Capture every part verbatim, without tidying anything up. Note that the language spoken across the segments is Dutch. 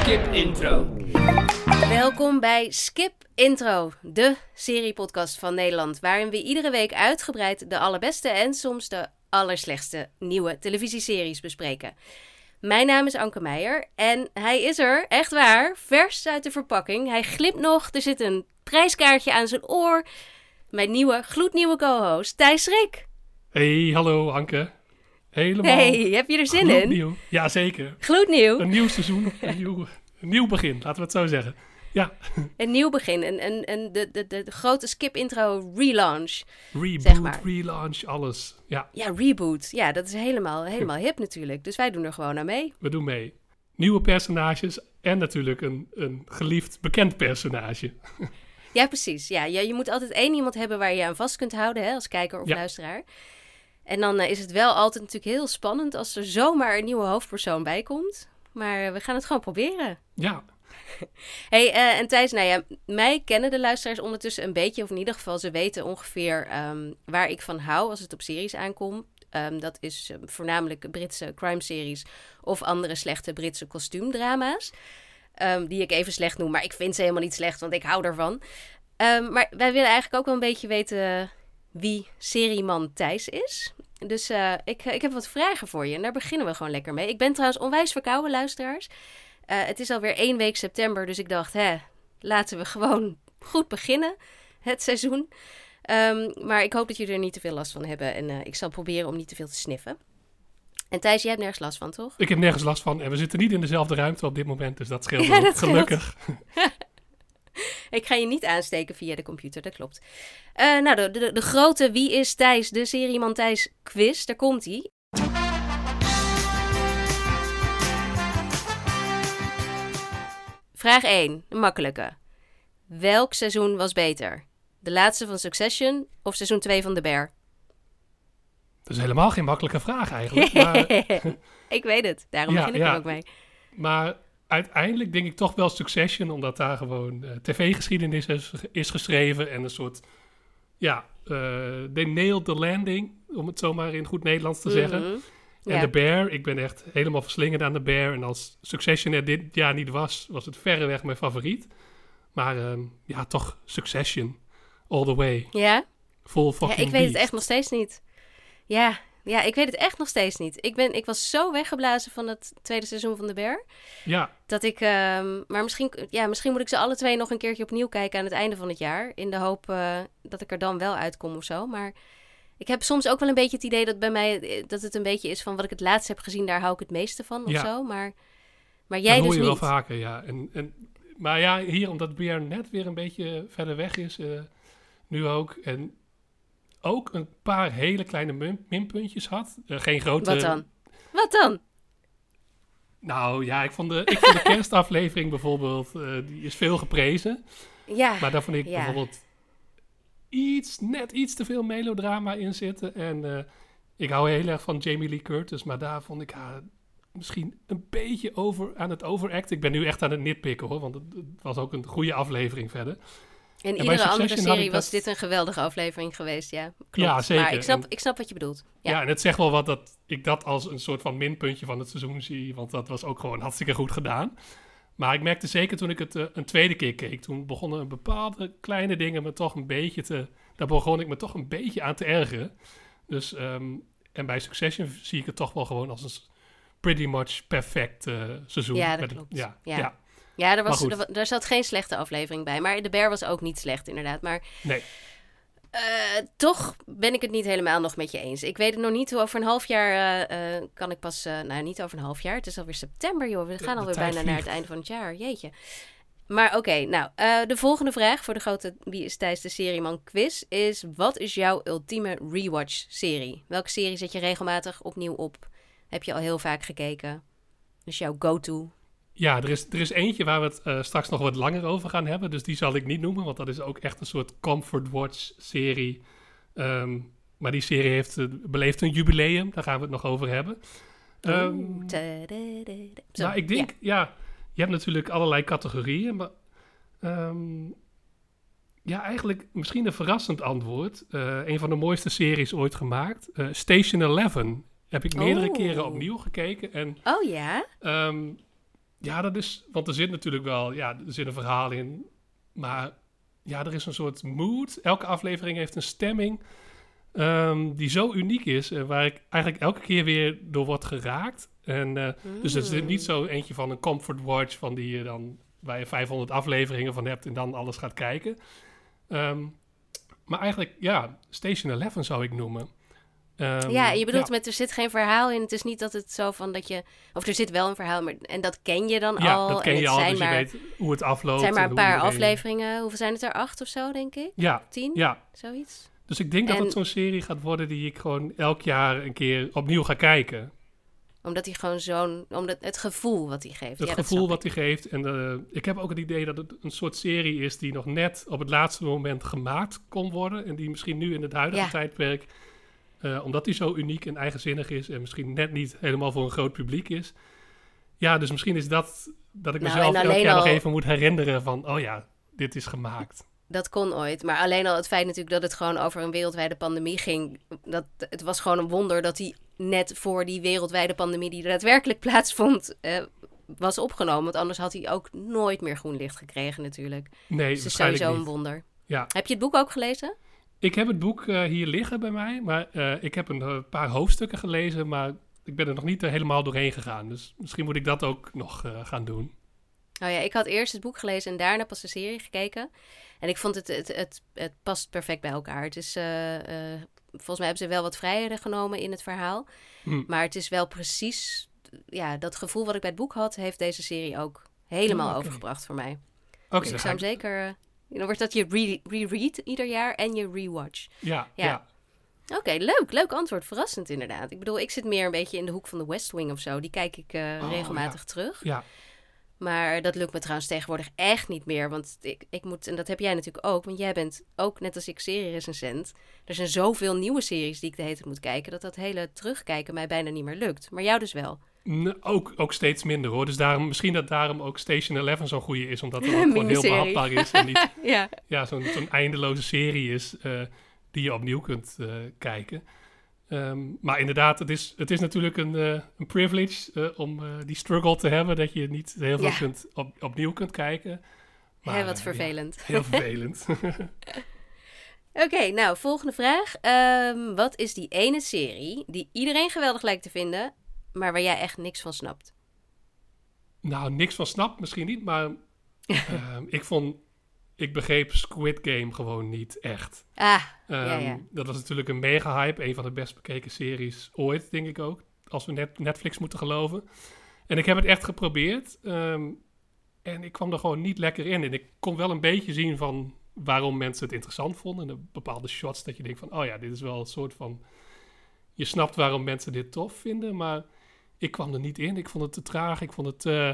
Skip Intro. Welkom bij Skip Intro, de seriepodcast van Nederland, waarin we iedere week uitgebreid de allerbeste en soms de allerslechtste nieuwe televisieseries bespreken. Mijn naam is Anke Meijer en hij is er, echt waar, vers uit de verpakking. Hij glimt nog, er zit een prijskaartje aan zijn oor. Mijn nieuwe, gloednieuwe co-host, Thijs Rik. Hey, hallo Anke. Helemaal Hey, heb je er zin gloednieuw. in? Ja, zeker. Gloednieuw. Een nieuw seizoen, een nieuw, een nieuw begin, laten we het zo zeggen. Ja. Een nieuw begin, een, een, een, de, de, de, de grote Skip Intro relaunch. Reboot, zeg maar. relaunch, alles. Ja, Ja, reboot. Ja, dat is helemaal, helemaal hip natuurlijk. Dus wij doen er gewoon aan mee. we doen mee. Nieuwe personages en natuurlijk een, een geliefd, bekend personage. Ja, precies. Ja, je, je moet altijd één iemand hebben waar je aan vast kunt houden, hè, als kijker of Ja. luisteraar. En dan uh, is het wel altijd natuurlijk heel spannend als er zomaar een nieuwe hoofdpersoon bij komt. Maar uh, we gaan het gewoon proberen. Ja, Hey, uh, en Thijs, nou ja, mij kennen de luisteraars ondertussen een beetje. Of in ieder geval, ze weten ongeveer um, waar ik van hou als het op series aankomt. Um, dat is um, voornamelijk Britse crime-series of andere slechte Britse kostuumdrama's. Um, die ik even slecht noem, maar ik vind ze helemaal niet slecht, want ik hou ervan. Um, maar wij willen eigenlijk ook wel een beetje weten wie serieman Thijs is. Dus uh, ik, ik heb wat vragen voor je en daar beginnen we gewoon lekker mee. Ik ben trouwens onwijs verkouden, luisteraars. Uh, het is alweer één week september, dus ik dacht, hè, laten we gewoon goed beginnen, het seizoen. Um, maar ik hoop dat jullie er niet te veel last van hebben en uh, ik zal proberen om niet te veel te sniffen. En Thijs, jij hebt nergens last van, toch? ik heb nergens last van en we zitten niet in dezelfde ruimte op dit moment, dus dat scheelt Ja, ook, dat scheelt. gelukkig. Ik ga je niet aansteken via de computer, dat klopt. Uh, nou, de, de, de grote Wie is Thijs, de serieman Thijs quiz, daar komt-ie. Vraag één, een makkelijke. Welk seizoen was beter? De laatste van Succession of seizoen twee van The Bear? Dat is helemaal geen makkelijke vraag eigenlijk, maar, Ik weet het, daarom Ja, begin ik ja. er ook mee. maar uiteindelijk denk ik toch wel Succession, omdat daar gewoon uh, tv-geschiedenis is, is geschreven en een soort, ja, uh, they nailed the landing, om het zomaar in goed Nederlands te zeggen. Mhm. En Ja. The Bear, ik ben echt helemaal verslingerd aan The Bear. En als Succession er dit jaar niet was, was het verreweg mijn favoriet. Maar uh, ja, toch Succession, all the way, Ja? full Ja, fucking ik weet het beast. echt nog steeds niet. Ja, ja, ik weet het echt nog steeds niet. Ik, ben, ik was zo weggeblazen van het tweede seizoen van The Bear. Ja, Dat ik, ehm, maar misschien, ja, misschien moet ik ze alle twee nog een keertje opnieuw kijken aan het einde van het jaar. In de hoop uh, dat ik er dan wel uitkom of zo. Maar ik heb soms ook wel een beetje het idee dat bij mij, dat het een beetje is van wat ik het laatst heb gezien, daar hou ik het meeste van of Ja. zo. Maar, maar jij dat hoor dus je niet. wel vaker, ja. En, en, maar ja, hier, omdat Bear net weer een beetje verder weg is, uh, nu ook. En ook een paar hele kleine min- minpuntjes had. Uh, geen grote... Wat dan? Wat dan? Nou ja, ik vond de, ik vond de kerstaflevering bijvoorbeeld, uh, die is veel geprezen. Ja, Maar daar vond ik ja. bijvoorbeeld iets, net iets te veel melodrama in zitten. En uh, ik hou heel erg van Jamie Lee Curtis, maar daar vond ik haar misschien een beetje over, aan het overacten. Ik ben nu echt aan het nitpikken hoor, want het, het was ook een goede aflevering verder. In bij iedere andere Succession had serie ik was dat- dit een geweldige aflevering geweest, ja. Klopt. Ja, zeker. Maar ik snap, En- ik snap wat je bedoelt. Ja. Ja. en het zegt wel wat dat ik dat als een soort van minpuntje van het seizoen zie, want dat was ook gewoon hartstikke goed gedaan. Maar ik merkte zeker toen ik het uh, een tweede keer keek, toen begonnen een bepaalde kleine dingen me toch een beetje te... Daar begon ik me toch een beetje aan te ergeren. Dus, um, en bij Succession zie ik het toch wel gewoon als een s- pretty much perfect uh, seizoen. Ja, dat Met- klopt. Ja, Ja. ja. Ja, er, was, Maar er, goed. wa- er zat geen slechte aflevering bij. Maar The Bear was ook niet slecht, inderdaad. Maar Nee. uh, toch ben ik het niet helemaal nog met je eens. Ik weet het nog niet. Over een half jaar uh, uh, kan ik pas... Uh, nou, niet over een half jaar. Het is alweer september, joh. We De- gaan de alweer tijd bijna naar vliegt. het einde van het jaar. Jeetje. Maar oké, okay, nou. Uh, de volgende vraag voor de grote Wie is Thijs de Serieman quiz is... Wat is jouw ultieme rewatch-serie? Welke serie zet je regelmatig opnieuw op? Heb je al heel vaak gekeken? Dus jouw go-to... Ja, er is, er is eentje waar we het uh, straks nog wat langer over gaan hebben. Dus die zal ik niet noemen, want dat is ook echt een soort comfort watch serie. Um, maar die serie heeft, uh, beleeft een jubileum, daar gaan we het nog over hebben. Um, Oeh, tadadada. Zo, nou, ik denk, ja. ja. je hebt natuurlijk allerlei categorieën. Maar um, ja, eigenlijk misschien een verrassend antwoord. Uh, een van de mooiste series ooit gemaakt. Uh, Station Eleven heb ik meerdere Oh. keren opnieuw gekeken. En Oh ja? um, ja, dat is... Want er zit natuurlijk wel... Ja, er zit een verhaal in. Maar ja, er is een soort mood. Elke aflevering heeft een stemming um, die zo uniek is. En waar ik eigenlijk elke keer weer door word geraakt. En, uh, mm. Dus het is niet zo eentje van een comfort watch... van die je dan, waar je vijfhonderd afleveringen van hebt... en dan alles gaat kijken. Um, maar eigenlijk, ja, Station elf zou ik noemen. Um, ja, je bedoelt ja. met er zit geen verhaal in. Het is niet dat het zo van dat je... Of er zit wel een verhaal, maar, en dat ken je dan ja, al. Ja, dat ken en je het al, zijn dus maar, je weet hoe het afloopt. Het zijn maar een paar iedereen... afleveringen. Hoeveel zijn het er? Acht of zo, denk ik? Ja. Tien? Ja. Zoiets. Dus ik denk en... dat het zo'n serie gaat worden die ik gewoon elk jaar een keer opnieuw ga kijken. Omdat hij gewoon zo'n... Omdat het gevoel wat hij geeft. Het ja, gevoel wat hij geeft. En uh, ik heb ook het idee dat het een soort serie is die nog net op het laatste moment gemaakt kon worden. En die misschien nu in het huidige ja. tijdperk... Uh, omdat hij zo uniek en eigenzinnig is en misschien net niet helemaal voor een groot publiek is. Ja, dus misschien is dat dat ik nou, mezelf elk jaar al... nog even moet herinneren van, oh ja, dit is gemaakt. Dat kon ooit, maar alleen al het feit natuurlijk dat het gewoon over een wereldwijde pandemie ging. Dat, het was gewoon een wonder dat hij net voor die wereldwijde pandemie die er daadwerkelijk plaatsvond, uh, was opgenomen. Want anders had hij ook nooit meer groen licht gekregen natuurlijk. Nee, dus het is sowieso niet. een wonder. Ja. Heb je het boek ook gelezen? Ik heb het boek uh, hier liggen bij mij, maar uh, ik heb een uh, paar hoofdstukken gelezen, maar ik ben er nog niet uh, helemaal doorheen gegaan. Dus misschien moet ik dat ook nog uh, gaan doen. Oh ja, ik had eerst het boek gelezen en daarna pas de serie gekeken. En ik vond het, het, het, het past perfect bij elkaar. Het is, uh, uh, volgens mij hebben ze wel wat vrijheden genomen in het verhaal. Hm. Maar het is wel precies, ja, dat gevoel wat ik bij het boek had, heeft deze serie ook helemaal oh, okay. overgebracht voor mij. Okay, dus ik zou hem ik... zeker... Uh, Dan wordt dat je re- re-read ieder jaar en je rewatch. Ja, ja. ja. Oké, okay, leuk. Leuk antwoord. Verrassend inderdaad. Ik bedoel, ik zit meer een beetje in de hoek van de West Wing of zo. Die kijk ik uh, oh, regelmatig ja. terug. Ja. Maar dat lukt me trouwens tegenwoordig echt niet meer. Want ik, ik moet, en dat heb jij natuurlijk ook, want jij bent ook net als ik serie-recensent. Er zijn zoveel nieuwe series die ik de hele tijd moet kijken, dat dat hele terugkijken mij bijna niet meer lukt. Maar jou dus wel. Nee, ook, ook steeds minder hoor. Dus daarom, misschien dat daarom ook Station elf zo'n goede is, omdat het ook gewoon heel behapbaar is. En niet ja. Ja, zo'n, zo'n eindeloze serie is uh, die je opnieuw kunt uh, kijken. Um, maar inderdaad, het is, het is natuurlijk een, uh, een privilege uh, om uh, die struggle te hebben, dat je niet heel veel ja. kunt op, opnieuw kunt kijken. Maar, heel wat vervelend. Ja, heel vervelend. Oké, okay, nou, volgende vraag. Um, wat is die ene serie die iedereen geweldig lijkt te vinden, maar waar jij echt niks van snapt? Nou, niks van snapt misschien niet, maar uh, ik vond... Ik begreep Squid Game gewoon niet echt. Ah, um, ja, ja. Dat was natuurlijk een mega hype. Een van de best bekeken series ooit, denk ik ook. Als we net Netflix moeten geloven. En ik heb het echt geprobeerd. Um, en ik kwam er gewoon niet lekker in. En ik kon wel een beetje zien van waarom mensen het interessant vonden. En bepaalde shots dat je denkt van... Oh ja, dit is wel een soort van... Je snapt waarom mensen dit tof vinden. Maar ik kwam er niet in. Ik vond het te traag. Ik vond het... Uh,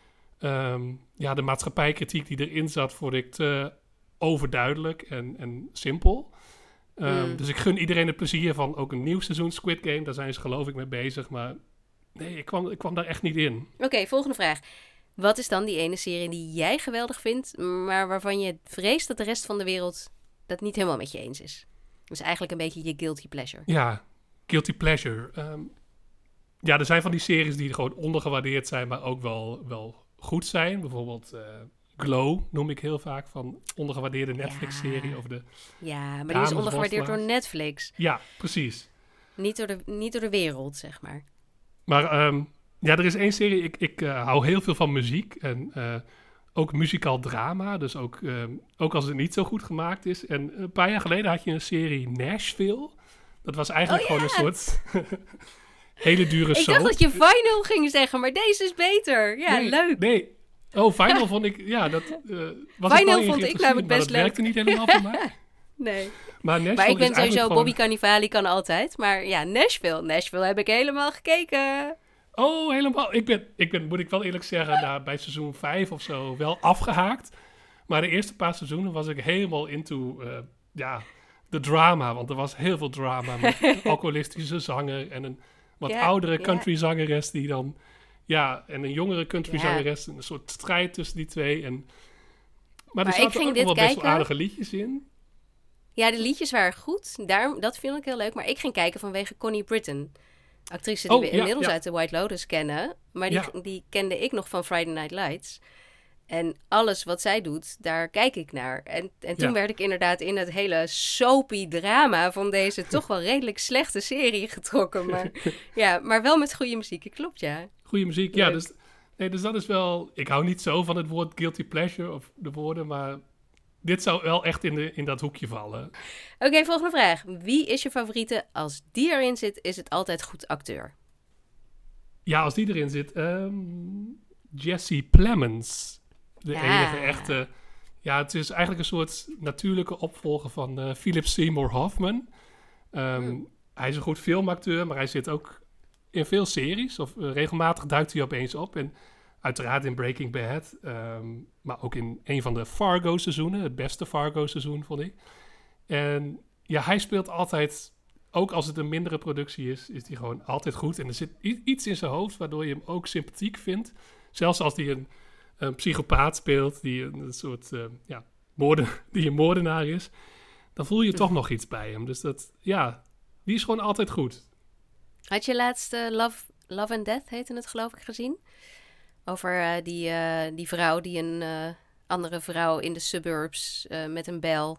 Um, ja, de maatschappijkritiek die erin zat, vond ik te overduidelijk en, en simpel. Um, mm. Dus ik gun iedereen het plezier van ook een nieuw seizoen Squid Game. Daar zijn ze geloof ik mee bezig. Maar nee, ik kwam, ik kwam daar echt niet in. Oké, okay, volgende vraag. Wat is dan die ene serie die jij geweldig vindt, maar waarvan je vreest dat de rest van de wereld dat niet helemaal met je eens is? Dus eigenlijk een beetje je guilty pleasure. Ja, guilty pleasure. Um, ja, er zijn van die series die gewoon ondergewaardeerd zijn, maar ook wel... wel goed zijn. Bijvoorbeeld uh, Glow noem ik heel vaak, van ondergewaardeerde Netflix-serie ja. over de Ja, maar die is ondergewaardeerd door Netflix. Ja, precies. Niet door de, niet door de wereld, zeg maar. Maar um, ja, er is één serie, ik, ik uh, hou heel veel van muziek en uh, ook muzikaal drama, dus ook, uh, ook als het niet zo goed gemaakt is. En een paar jaar geleden had je een serie Nashville. Dat was eigenlijk oh, gewoon ja. een soort... hele dure soap. Ik dacht dat je Vinyl ging zeggen, maar deze is beter. Ja, nee, leuk. Nee. Oh, Vinyl vond ik... Ja, dat uh, was Vinyl vond ik namelijk best dat leuk. Dat werkte niet helemaal voor mij. Nee. Maar, maar ik ben sowieso... gewoon... Bobby Cannavale kan altijd. Maar ja, Nashville. Nashville heb ik helemaal gekeken. Oh, helemaal. Ik ben, ik ben moet ik wel eerlijk zeggen, nou, bij seizoen vijf of zo wel afgehaakt. Maar de eerste paar seizoenen was ik helemaal into... Uh, ja, de drama. Want er was heel veel drama met een alcoholistische zanger en een... wat ja, oudere countryzangeres die dan... Ja, en een jongere countryzangeres. Ja. Een soort strijd tussen die twee. En, maar, maar er zaten ook nog wel best wel aardige liedjes in. Ja, de liedjes waren goed. Daar, dat vind ik heel leuk. Maar ik ging kijken vanwege Connie Britton. Actrice die Oh, we ja, inmiddels ja. uit The White Lotus kennen. Maar die, Ja. die kende ik nog van Friday Night Lights. En alles wat zij doet, daar kijk ik naar. En, en toen Ja. werd ik inderdaad in het hele soapy drama van deze toch wel redelijk slechte serie getrokken. Maar, ja, maar wel met goede muziek, klopt ja. Goede muziek, ja. Leuk. Dus, nee, dus dat is wel... Ik hou niet zo van het woord guilty pleasure of de woorden, maar dit zou wel echt in, de, in dat hoekje vallen. Oké, volgende vraag. Wie is je favoriete? Als die erin zit, is het altijd goed acteur. Ja, als die erin zit. ehm, Jesse Plemons. De Ja. enige echte... Ja, het is eigenlijk een soort natuurlijke opvolger van eh, Philip Seymour Hoffman. Ehm, Hmm. Hij is een goed filmacteur, maar hij zit ook in veel series. Of eh, regelmatig duikt hij opeens op. En uiteraard in Breaking Bad. ehm, maar ook in een van de Fargo-seizoenen. Het beste Fargo-seizoen, vond ik. En ja, hij speelt altijd... Ook als het een mindere productie is, is hij gewoon altijd goed. En er zit i- iets in zijn hoofd waardoor je hem ook sympathiek vindt. Zelfs als hij een, een psychopaat speelt, die een, een soort eh, ja, moorden, die een moordenaar is. Dan voel je toch nog iets bij hem. Dus dat, ja, die is gewoon altijd goed. Had je laatst eh, Love, Love and Death, heette het geloof ik, gezien? Over eh, die, eh, die vrouw die een eh, andere vrouw in de suburbs eh, met een bijl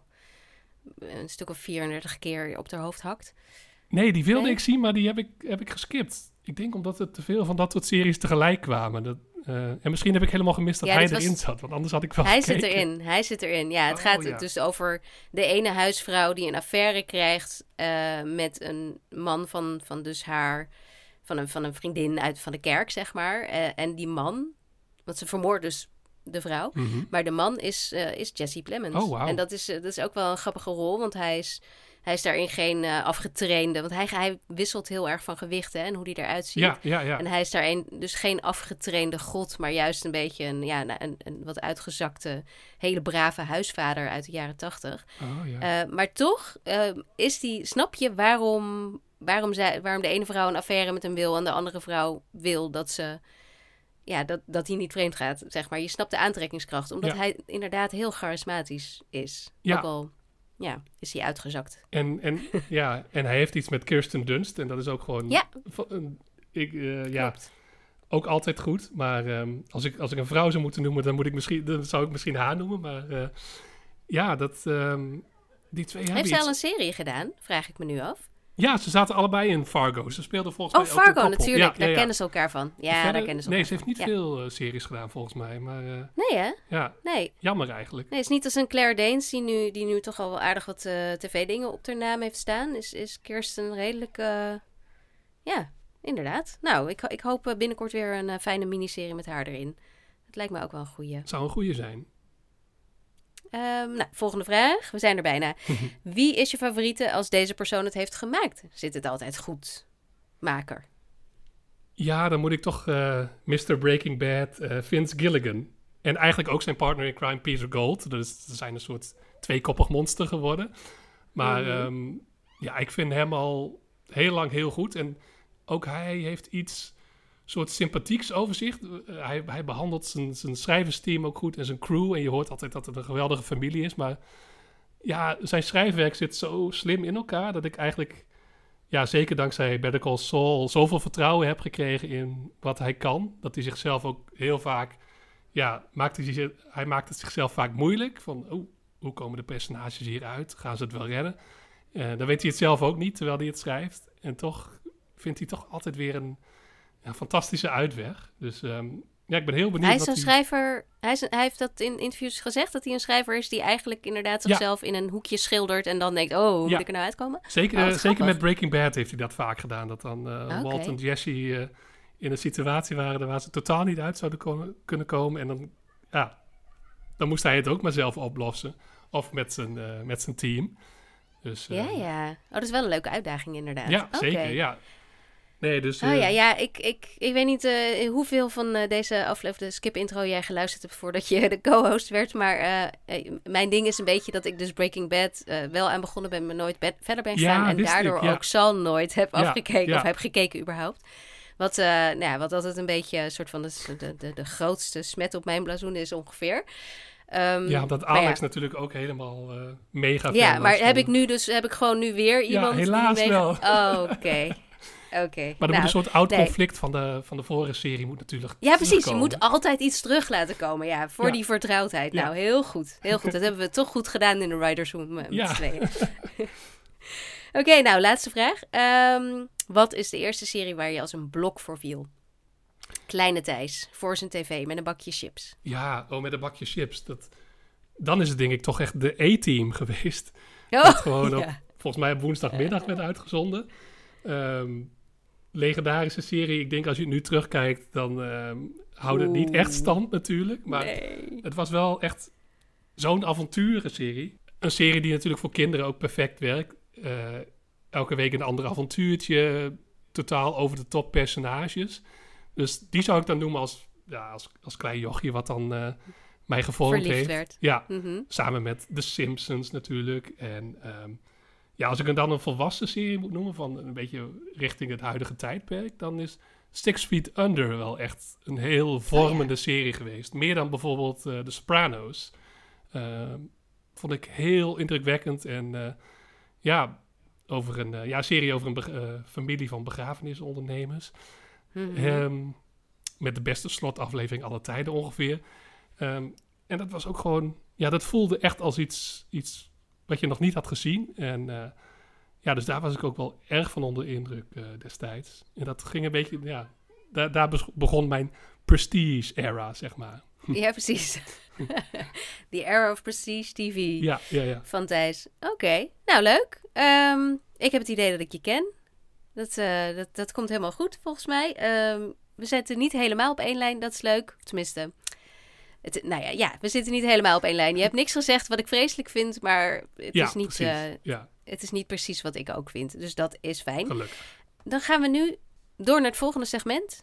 een stuk of vierendertig keer op haar hoofd hakt. Nee, die wilde Nee? ik zien, maar die heb ik, heb ik geskipt. Ik denk omdat er te veel van dat soort series tegelijk kwamen. Dat, eh, en misschien heb ik helemaal gemist dat Ja, hij dit was- erin zat, want anders had ik wel Hij gekeken. zit erin, hij zit erin. Ja, het Oh, gaat ja. dus over de ene huisvrouw die een affaire krijgt eh, met een man van, van dus haar, van een, van een vriendin uit van de kerk, zeg maar. Eh, en die man, want ze vermoordt dus de vrouw, Mhm. maar de man is, eh, is Jesse Plemons. Oh, wauw. En dat is, eh, dat is ook wel een grappige rol, want hij is, hij is daarin geen eh, afgetrainde, want hij, hij wisselt heel erg van gewicht hè, en hoe hij eruit ziet. Ja, ja, ja. En hij is daarin dus geen afgetrainde god, maar juist een beetje een, ja, nou, een, een wat uitgezakte, hele brave huisvader uit de jaren tachtig. Oh, ja. Uh, maar toch uh, is die, snap je waarom, waarom, zij, waarom de ene vrouw een affaire met hem wil en de andere vrouw wil dat ze, ja, dat, dat hij niet vreemd gaat, zeg maar. Je snapt de aantrekkingskracht, omdat Ja. hij inderdaad heel charismatisch is. Ja. Ook al, ja, is hij uitgezakt. En, en, ja, en hij heeft iets met Kirsten Dunst. En dat is ook gewoon... Ja. va- een- Ik, eh, ja, Klopt. ook altijd goed. Maar ehm, als, ik, als ik een vrouw zou moeten noemen, dan, moet ik misschien, dan zou ik misschien haar noemen. Maar eh, ja, dat, ehm, die twee hebben Heeft zij iets. al een serie gedaan? Vraag ik me nu af. Ja, ze zaten allebei in Fargo. Ze speelden volgens Oh, mij ook een Fargo, koppel. natuurlijk. Ja, Daar ja, ja. kennen ze elkaar van. Ja, Verder- daar kennen ze Nee, elkaar ze heeft niet van. Ja. veel eh, series gedaan volgens mij. Maar eh, Nee, hè? ja, Nee. jammer eigenlijk. Nee, het is niet als een Claire Danes die nu, die nu toch al wel aardig wat eh, tv-dingen op haar naam heeft staan. Is, is Kirsten redelijk... eh, ja, inderdaad. Nou, ik, ho- ik hoop eh, binnenkort weer een eh, fijne miniserie met haar erin. Het lijkt me ook wel een goeie. Het zou een goede zijn. Ehm, nou, volgende vraag. We zijn er bijna. Wie is je favoriete als deze persoon het heeft gemaakt? Zit het altijd goed? Maker. Ja, dan moet ik toch eh mister Breaking Bad, eh, Vince Gilligan. En eigenlijk ook zijn partner in crime, Peter Gold. Dus ze zijn een soort tweekoppig monster geworden. Maar Mhm. ehm, ja, ik vind hem al heel lang heel goed. En ook hij heeft iets soort sympathieks over zich. Eh, hij, hij behandelt zijn, zijn schrijversteam ook goed en zijn crew. En je hoort altijd dat het een geweldige familie is. Maar ja, zijn schrijfwerk zit zo slim in elkaar dat ik eigenlijk... Ja, zeker dankzij Better Call Saul zoveel vertrouwen heb gekregen in wat hij kan. Dat hij zichzelf ook heel vaak... Ja, maakt hij, zich, hij maakt het zichzelf vaak moeilijk. Van, oh, hoe komen de personages hieruit? Gaan ze het wel redden? Uh, dan weet hij het zelf ook niet, terwijl hij het schrijft. En toch vindt hij toch altijd weer een ja, fantastische uitweg. Dus um, ja, ik ben heel benieuwd. Hij is wat een hij... schrijver... Hij, is een- hij heeft dat in interviews gezegd, dat hij een schrijver is die eigenlijk inderdaad Ja. zichzelf in een hoekje schildert en dan denkt, oh, hoe Ja. moet ik er nou uitkomen? Zeker, Oh, eh, wat zeker grappig. met Breaking Bad heeft hij dat vaak gedaan. Dat dan uh, Oké. Walt en Jesse uh, in een situatie waren waar ze totaal niet uit zouden komen, kunnen komen. En dan, ja, dan moest hij het ook maar zelf oplossen. Of met zijn, uh, met zijn team. Dus, uh, Ja, ja. Oh, dat is wel een leuke uitdaging inderdaad. Ja, Oké. zeker, ja. Nee, dus... Oh uh, ja, ja, ik, ik, ik weet niet eh, hoeveel van eh, deze aflevering, de skip-intro, jij geluisterd hebt voordat je de co-host werd. Maar eh, eh, mijn ding is een beetje dat ik dus Breaking Bad eh, wel aan begonnen ben, maar nooit be- verder ben Ja, gegaan. en wist ik, daardoor ja. ook Saul nooit heb Ja, afgekeken ja. of heb gekeken überhaupt. Wat, eh, nou ja, wat altijd een beetje een soort van de, de, de, de grootste smet op mijn blazoen is ongeveer. Ehm, ja, dat maar ja. Alex natuurlijk ook helemaal uh, mega fan Ja, was maar van- heb ik nu dus heb ik gewoon nu weer iemand helaas die mee... wel. Oh, oké. Oké. Okay. Maar er nou, moet een soort oud nee. conflict van de, van de vorige serie moet natuurlijk Ja, precies. Je terugkomen. moet altijd iets terug laten komen. Ja, voor Ja. die vertrouwdheid. Ja. Nou, heel goed. Heel goed. Dat hebben we toch goed gedaan in de Writers Room met Ja. z'n tweeën. Oké, okay, nou, laatste vraag. Um, wat is de eerste serie waar je als een blok voor viel? Kleine Thijs, voor zijn tv, met een bakje chips. Ja, oh, met een bakje chips. Dat, dan is het denk ik toch echt de A-team geweest. Oh, dat gewoon op, ja. volgens mij op woensdagmiddag werd uitgezonden. Um, legendarische serie. Ik denk als je het nu terugkijkt, dan um, houdt het niet echt stand natuurlijk. Maar nee. het was wel echt zo'n avonturenserie. Een serie die natuurlijk voor kinderen ook perfect werkt. Uh, elke week een ander avontuurtje. Totaal over de top personages. Dus die zou ik dan noemen als, ja, als, als klein jochie wat dan uh, mij gevormd Verliefd heeft. werd. Ja, mm-hmm. Samen met The Simpsons natuurlijk. En um, ja, als ik dan een volwassen serie moet noemen, van een beetje richting het huidige tijdperk, dan is Six Feet Under wel echt een heel vormende oh, ja. serie geweest. Meer dan bijvoorbeeld uh, The Sopranos. Uh, vond ik heel indrukwekkend. En uh, ja, over een uh, ja, serie over een be- uh, familie van begrafenisondernemers. Mm-hmm. Um, met de beste slotaflevering aller tijden ongeveer. Um, en dat was ook gewoon, ja, dat voelde echt als iets, iets wat je nog niet had gezien. En uh, ja, dus daar was ik ook wel erg van onder indruk uh, destijds. En dat ging een beetje, ja, daar, daar begon mijn prestige-era, zeg maar. Ja, precies. The era of prestige T V ja, ja, ja. van Thijs. Oké, okay. Nou leuk. Um, ik heb het idee dat ik je ken. Dat, uh, dat, dat komt helemaal goed, volgens mij. Um, we zitten niet helemaal op één lijn, dat is leuk. Tenminste, het, nou ja, ja, we zitten niet helemaal op één lijn. Je hebt niks gezegd wat ik vreselijk vind, maar het, ja, is, niet, uh, ja. het is niet precies wat ik ook vind. Dus dat is fijn. Gelukkig. Dan gaan we nu door naar het volgende segment.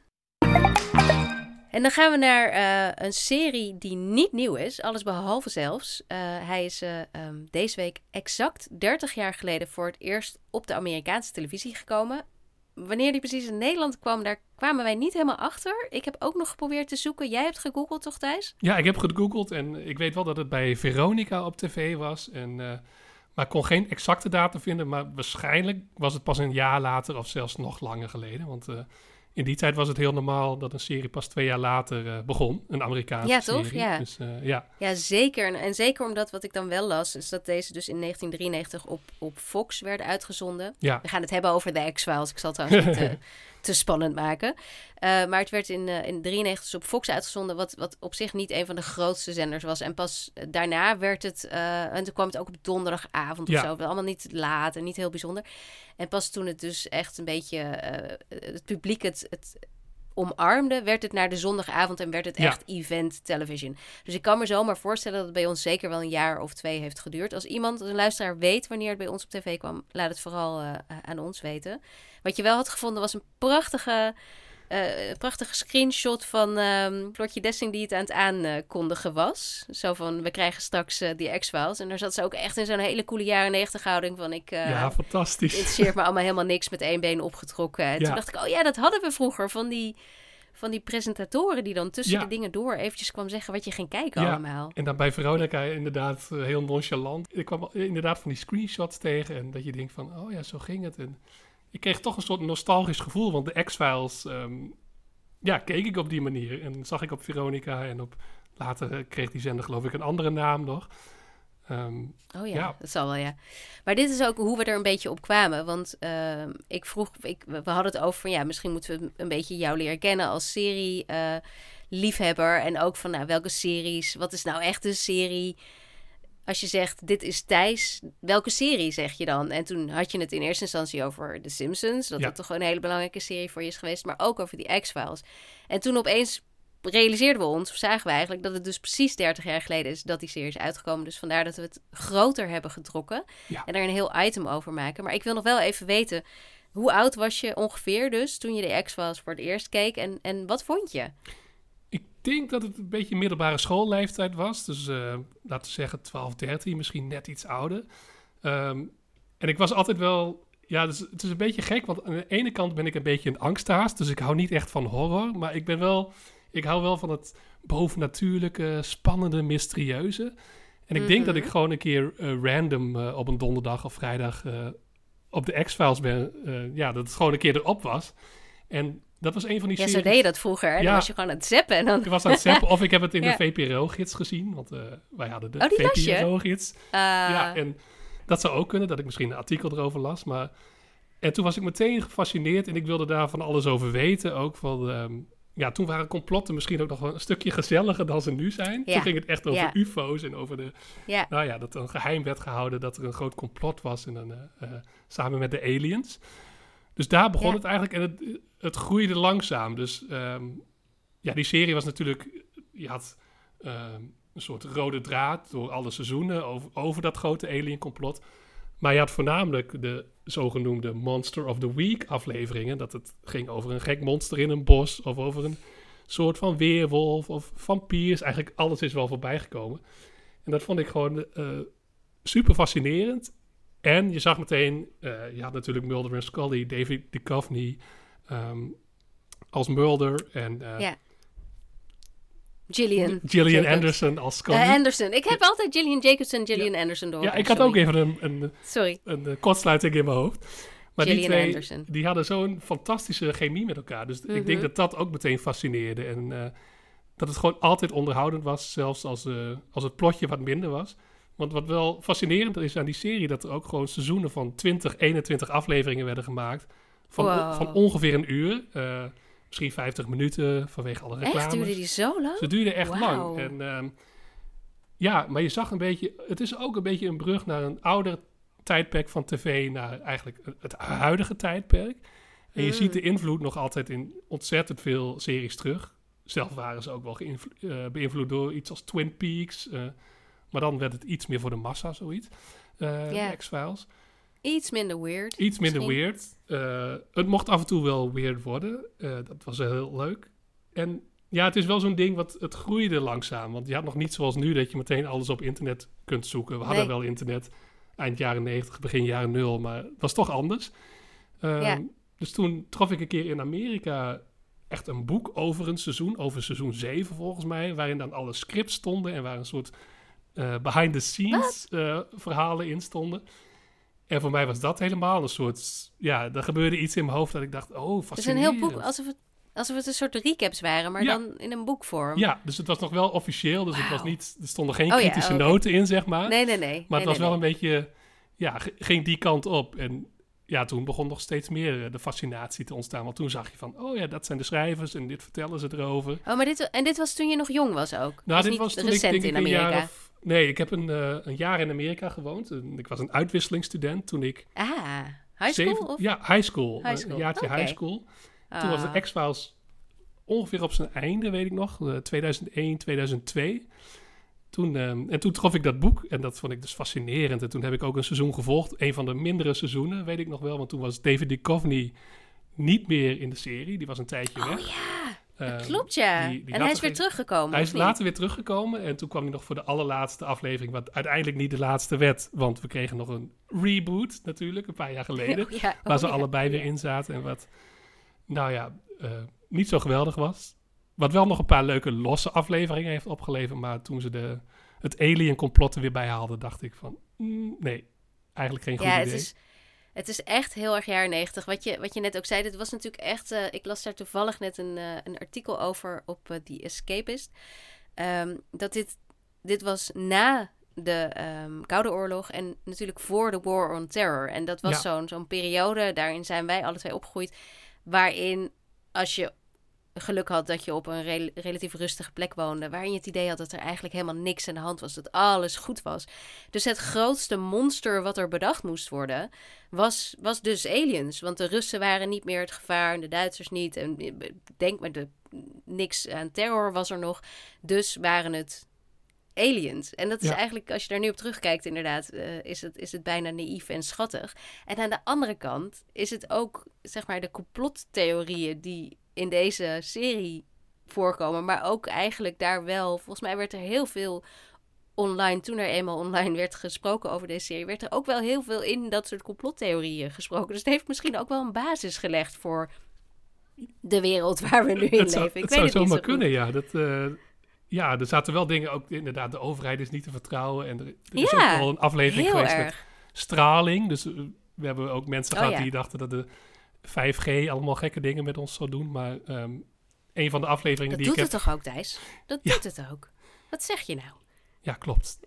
En dan gaan we naar uh, een serie die niet nieuw is, alles behalve zelfs. Uh, hij is uh, um, deze week exact dertig jaar geleden voor het eerst op de Amerikaanse televisie gekomen. Wanneer die precies in Nederland kwam, daar kwamen wij niet helemaal achter. Ik heb ook nog geprobeerd te zoeken. Jij hebt gegoogeld, toch Thijs? Ja, ik heb gegoogeld en ik weet wel dat het bij Veronica op tv was. En, uh, maar ik kon geen exacte datum vinden, maar waarschijnlijk was het pas een jaar later of zelfs nog langer geleden. Want uh, in die tijd was het heel normaal dat een serie pas twee jaar later uh, begon. Een Amerikaanse ja, serie. Toch? Ja, dus, uh, ja. Ja, zeker. En, en zeker omdat wat ik dan wel las, is dat deze dus in negentien drieënnegentig op, op Fox werd uitgezonden. Ja. We gaan het hebben over de X-Files. Ik zal het trouwens niet te, te spannend maken. Uh, maar het werd in, uh, in drieënnegentig dus op Fox uitgezonden, wat, wat op zich niet een van de grootste zenders was. En pas daarna werd het, uh, en toen kwam het ook op donderdagavond ja. of zo. Allemaal niet laat en niet heel bijzonder. En pas toen het dus echt een beetje, uh, het publiek het... het omarmde, werd het naar de zondagavond en werd het echt ja. event television. Dus ik kan me zomaar voorstellen dat het bij ons zeker wel een jaar of twee heeft geduurd. Als iemand, een luisteraar, weet wanneer het bij ons op tv kwam, laat het vooral uh, aan ons weten. Wat je wel had gevonden was een prachtige, uh, prachtige screenshot van um, Floortje Dessing die het aan het aankondigen was. Zo van, we krijgen straks uh, die X-Files. En daar zat ze ook echt in zo'n hele coole jaren negentig houding van ik... Uh, ja, fantastisch. Het interesseert me allemaal helemaal niks met één been opgetrokken. En ja. toen dacht ik, oh ja, dat hadden we vroeger van die... van die presentatoren die dan tussen ja. de dingen door eventjes kwam zeggen wat je ging kijken ja. allemaal. En dan bij Veronica inderdaad uh, heel nonchalant. Ik kwam inderdaad van die screenshots tegen en dat je denkt van, oh ja, zo ging het. En ik kreeg toch een soort nostalgisch gevoel, want de X-Files, um, ja, keek ik op die manier. En zag ik op Veronica en op later kreeg die zender geloof ik een andere naam nog. Um, oh ja, ja, dat zal wel, ja. Maar dit is ook hoe we er een beetje op kwamen. Want uh, ik vroeg, ik, we hadden het over van ja, misschien moeten we een beetje jou leren kennen als serie uh, liefhebber. En ook van nou, welke series, wat is nou echt een serie? Als je zegt, dit is Thijs, welke serie zeg je dan? En toen had je het in eerste instantie over The Simpsons. Dat ja. dat toch een hele belangrijke serie voor je is geweest. Maar ook over die X-Files. En toen opeens realiseerden we ons, of zagen we eigenlijk, dat het dus precies dertig jaar geleden is dat die serie is uitgekomen. Dus vandaar dat we het groter hebben getrokken. Ja. En er een heel item over maken. Maar ik wil nog wel even weten, hoe oud was je ongeveer dus toen je de X-Files voor het eerst keek? En, en wat vond je? Ik denk dat het een beetje middelbare schoolleeftijd was. Dus uh, laten we zeggen twaalf, dertien, misschien net iets ouder. Um, en ik was altijd wel... Ja, dus het is een beetje gek, want aan de ene kant ben ik een beetje een angsthaas. Dus ik hou niet echt van horror. Maar ik ben wel... Ik hou wel van het bovennatuurlijke, spannende, mysterieuze. En ik mm-hmm. denk dat ik gewoon een keer uh, random uh, op een donderdag of vrijdag... Uh, op de X-Files ben, uh, ja, dat het gewoon een keer erop was. En dat was een van die ja, series... Ja, zo deed je dat vroeger. Hè? Ja. Dan was je gewoon aan het zappen. En dan... Ik was aan het zappen, of ik heb het in ja. de V P R O-gids gezien. Want uh, wij hadden de oh, die V P R O-gids. Uh... Ja, en dat zou ook kunnen, dat ik misschien een artikel erover las. Maar... En toen was ik meteen gefascineerd en ik wilde daar van alles over weten. Ook van... Um, ja, toen waren complotten misschien ook nog wel een stukje gezelliger dan ze nu zijn. Ja. Toen ging het echt over ja. U F O's en over de... Ja. Nou ja, dat er een geheim werd gehouden dat er een groot complot was. En dan, uh, uh, samen met de aliens. Dus daar begon ja. het eigenlijk en het, het groeide langzaam. Dus um, ja, die serie was natuurlijk... Je had um, een soort rode draad door alle seizoenen over, over dat grote alien-complot. Maar je had voornamelijk de zogenoemde Monster of the Week afleveringen. Dat het ging over een gek monster in een bos of over een soort van weerwolf of vampiers. Eigenlijk alles is wel voorbij gekomen. En dat vond ik gewoon uh, super fascinerend. En je zag meteen, uh, je had natuurlijk Mulder en Scully, David Duchovny um, als Mulder en uh, ja. Gillian, Gillian Jacobs. Anderson als Scully. Uh, Anderson. Ik heb altijd Gillian Jacobs en Gillian ja. Anderson door. Ja, ik had Sorry. ook even een, een, Sorry. een, een kortsluiting in mijn hoofd. Maar Gillian die twee, Anderson. die hadden zo'n fantastische chemie met elkaar. Dus mm-hmm. ik denk dat dat ook meteen fascineerde. En uh, dat het gewoon altijd onderhoudend was, zelfs als, uh, als het plotje wat minder was. Want wat wel fascinerend is aan die serie, dat er ook gewoon seizoenen van twintig, eenentwintig afleveringen werden gemaakt. Van, wow. o, van ongeveer een uur. Uh, misschien vijftig minuten vanwege alle reclames. Echt? Duurde die zo lang? Ze duurde echt wow. lang. En um, ja, maar je zag een beetje... Het is ook een beetje een brug naar een ouder tijdperk van tv, naar eigenlijk het huidige tijdperk. En je mm. ziet de invloed nog altijd in ontzettend veel series terug. Zelf waren ze ook wel geïnvlo- uh, beïnvloed door iets als Twin Peaks. Uh, maar dan werd het iets meer voor de massa, zoiets. Uh, yeah. De X-Files. Iets minder weird. Iets minder misschien. weird. Uh, het mocht af en toe wel weird worden. Uh, dat was heel leuk. En ja, het is wel zo'n ding wat het groeide langzaam. Want je had nog niet zoals nu dat je meteen alles op internet kunt zoeken. We nee. hadden wel internet eind jaren negentig, begin jaren nul. Maar het was toch anders. Uh, ja. Dus toen trof ik een keer in Amerika echt een boek over een seizoen. Over seizoen zeven volgens mij. Waarin dan alle scripts stonden. En waar een soort uh, behind the scenes uh, verhalen in stonden. En voor mij was dat helemaal een soort... Ja, er gebeurde iets in mijn hoofd dat ik dacht, oh, fascinerend. Het is een heel boek, alsof het, alsof het een soort recaps waren, maar ja. dan in een boekvorm. Ja, dus het was nog wel officieel. Dus wow. het was niet, er stonden geen oh, kritische ja, okay. noten in, zeg maar. Nee, nee, nee. Maar het nee, was nee, wel nee. een beetje... Ja, g- ging die kant op. En ja, toen begon nog steeds meer de fascinatie te ontstaan. Want toen zag je van, oh ja, dat zijn de schrijvers en dit vertellen ze erover. Oh, maar dit, en dit was toen je nog jong was ook? Nou, was dit was toen recent ik denk in ik een Amerika. jaar of... Nee, ik heb een, uh, een jaar in Amerika gewoond. Ik was een uitwisselingsstudent toen ik... Ah, high school? Zeven, of? Ja, high school. High school. Een jaartje okay. high school. Ah. Toen was de X-Files ongeveer op zijn einde, weet ik nog. Uh, tweeduizend één, tweeduizend twee. Toen, um, en toen trof ik dat boek en dat vond ik dus fascinerend. En toen heb ik ook een seizoen gevolgd. Een van de mindere seizoenen, weet ik nog wel. Want toen was David Duchovny niet meer in de serie. Die was een tijdje oh, weg. Oh ja, dat um, klopt ja. Die, die en hij is weer geen... teruggekomen, Hij is niet? later weer teruggekomen. En toen kwam hij nog voor de allerlaatste aflevering. Wat uiteindelijk niet de laatste werd. Want we kregen nog een reboot natuurlijk, een paar jaar geleden. Oh, ja. oh, waar ze ja. allebei oh, weer ja. in zaten. En wat, nou ja, uh, niet zo geweldig was. Wat wel nog een paar leuke losse afleveringen heeft opgeleverd. Maar toen ze de... het alien-complot er weer bij haalde, dacht ik van... Mm, nee, eigenlijk geen goed ja, idee. Het is, het is echt heel erg jaren negentig. Wat je, wat je net ook zei, dit was natuurlijk echt... Uh, ik las daar toevallig net een, uh, een artikel over op uh, The Escapist. Um, dat dit, dit was na de um, Koude Oorlog en natuurlijk voor de War on Terror. En dat was ja. zo'n, zo'n periode, daarin zijn wij alle twee opgegroeid... waarin als je... geluk had dat je op een re- relatief rustige plek woonde... waarin je het idee had dat er eigenlijk helemaal niks aan de hand was. Dat alles goed was. Dus het grootste monster wat er bedacht moest worden... was, was dus aliens. Want de Russen waren niet meer het gevaar... en de Duitsers niet. En denk maar, de, niks aan terror was er nog. Dus waren het aliens. En dat is ja. eigenlijk, als je daar nu op terugkijkt... inderdaad, uh, is, het, is het bijna naïef en schattig. En aan de andere kant is het ook... zeg maar de complottheorieën die... in deze serie voorkomen, maar ook eigenlijk daar wel... Volgens mij werd er heel veel online... toen er eenmaal online werd gesproken over deze serie... werd er ook wel heel veel in dat soort complottheorieën gesproken. Dus het heeft misschien ook wel een basis gelegd... voor de wereld waar we nu in het zou, leven. Ik het weet zou het niet zomaar zo kunnen, ja. Dat, uh, ja, er zaten wel dingen ook... Inderdaad, de overheid is niet te vertrouwen. En er, er is ja, ook wel een aflevering geweest erg. met straling. Dus... Uh, We hebben ook mensen Oh, gehad ja. die dachten dat de vijf G allemaal gekke dingen met ons zou doen. Maar um, een van de afleveringen Dat die doet ik het heb... toch ook, Thijs? Dat Ja. doet het ook. Wat zeg je nou? Ja, klopt.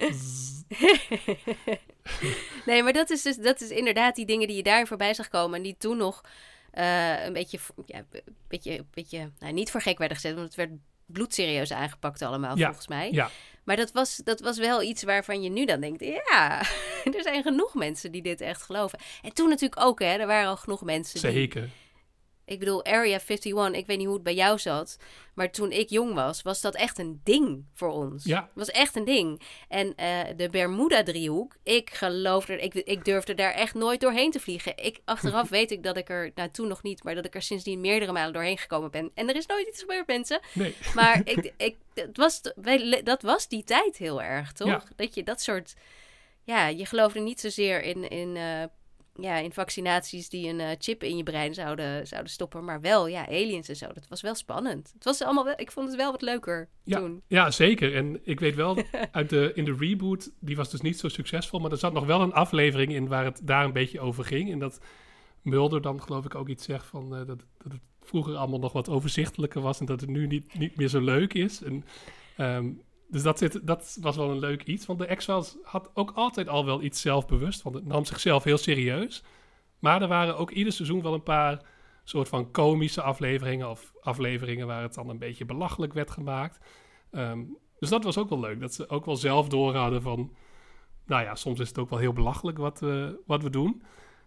Nee, maar dat is dus dat is inderdaad die dingen die je daarin voorbij zag komen. En die toen nog uh, een beetje, ja, een beetje, beetje nou, niet voor gek werden gezet. Want het werd bloedserieus aangepakt allemaal, Ja, volgens mij. Ja, Maar dat was, dat was wel iets waarvan je nu dan denkt... ja, er zijn genoeg mensen die dit echt geloven. En toen natuurlijk ook, hè. Er waren al genoeg mensen die... zeker. Ik bedoel, Area eenenvijftig, ik weet niet hoe het bij jou zat... maar toen ik jong was, was dat echt een ding voor ons. Ja. Het was echt een ding. En uh, de Bermuda-driehoek, ik geloof er... Ik, ik durfde daar echt nooit doorheen te vliegen. Ik, achteraf weet ik dat ik er, nou toen nog niet... maar dat ik er sindsdien meerdere malen doorheen gekomen ben. En er is nooit iets gebeurd, mensen. Nee. Maar ik, ik, het was, dat was die tijd heel erg, toch? Ja. Dat je dat soort... Ja, je geloofde niet zozeer in... in uh, Ja, in vaccinaties die een uh, chip in je brein zouden, zouden stoppen. Maar wel, ja, aliens en zo. Dat was wel spannend. Het was allemaal wel, ik vond het wel wat leuker ja, toen. Ja, zeker. En ik weet wel, uit de, in de reboot, die was dus niet zo succesvol. Maar er zat nog wel een aflevering in waar het daar een beetje over ging. En dat Mulder dan geloof ik ook iets zegt van... Uh, dat, dat het vroeger allemaal nog wat overzichtelijker was. En dat het nu niet, niet meer zo leuk is. En... Um, Dus dat, zit, dat was wel een leuk iets. Want de X-Files had ook altijd al wel iets zelfbewust. Want het nam zichzelf heel serieus. Maar er waren ook ieder seizoen wel een paar soort van komische afleveringen. Of afleveringen waar het dan een beetje belachelijk werd gemaakt. Um, dus dat was ook wel leuk. Dat ze ook wel zelf door hadden van... Nou ja, soms is het ook wel heel belachelijk wat we, wat we doen.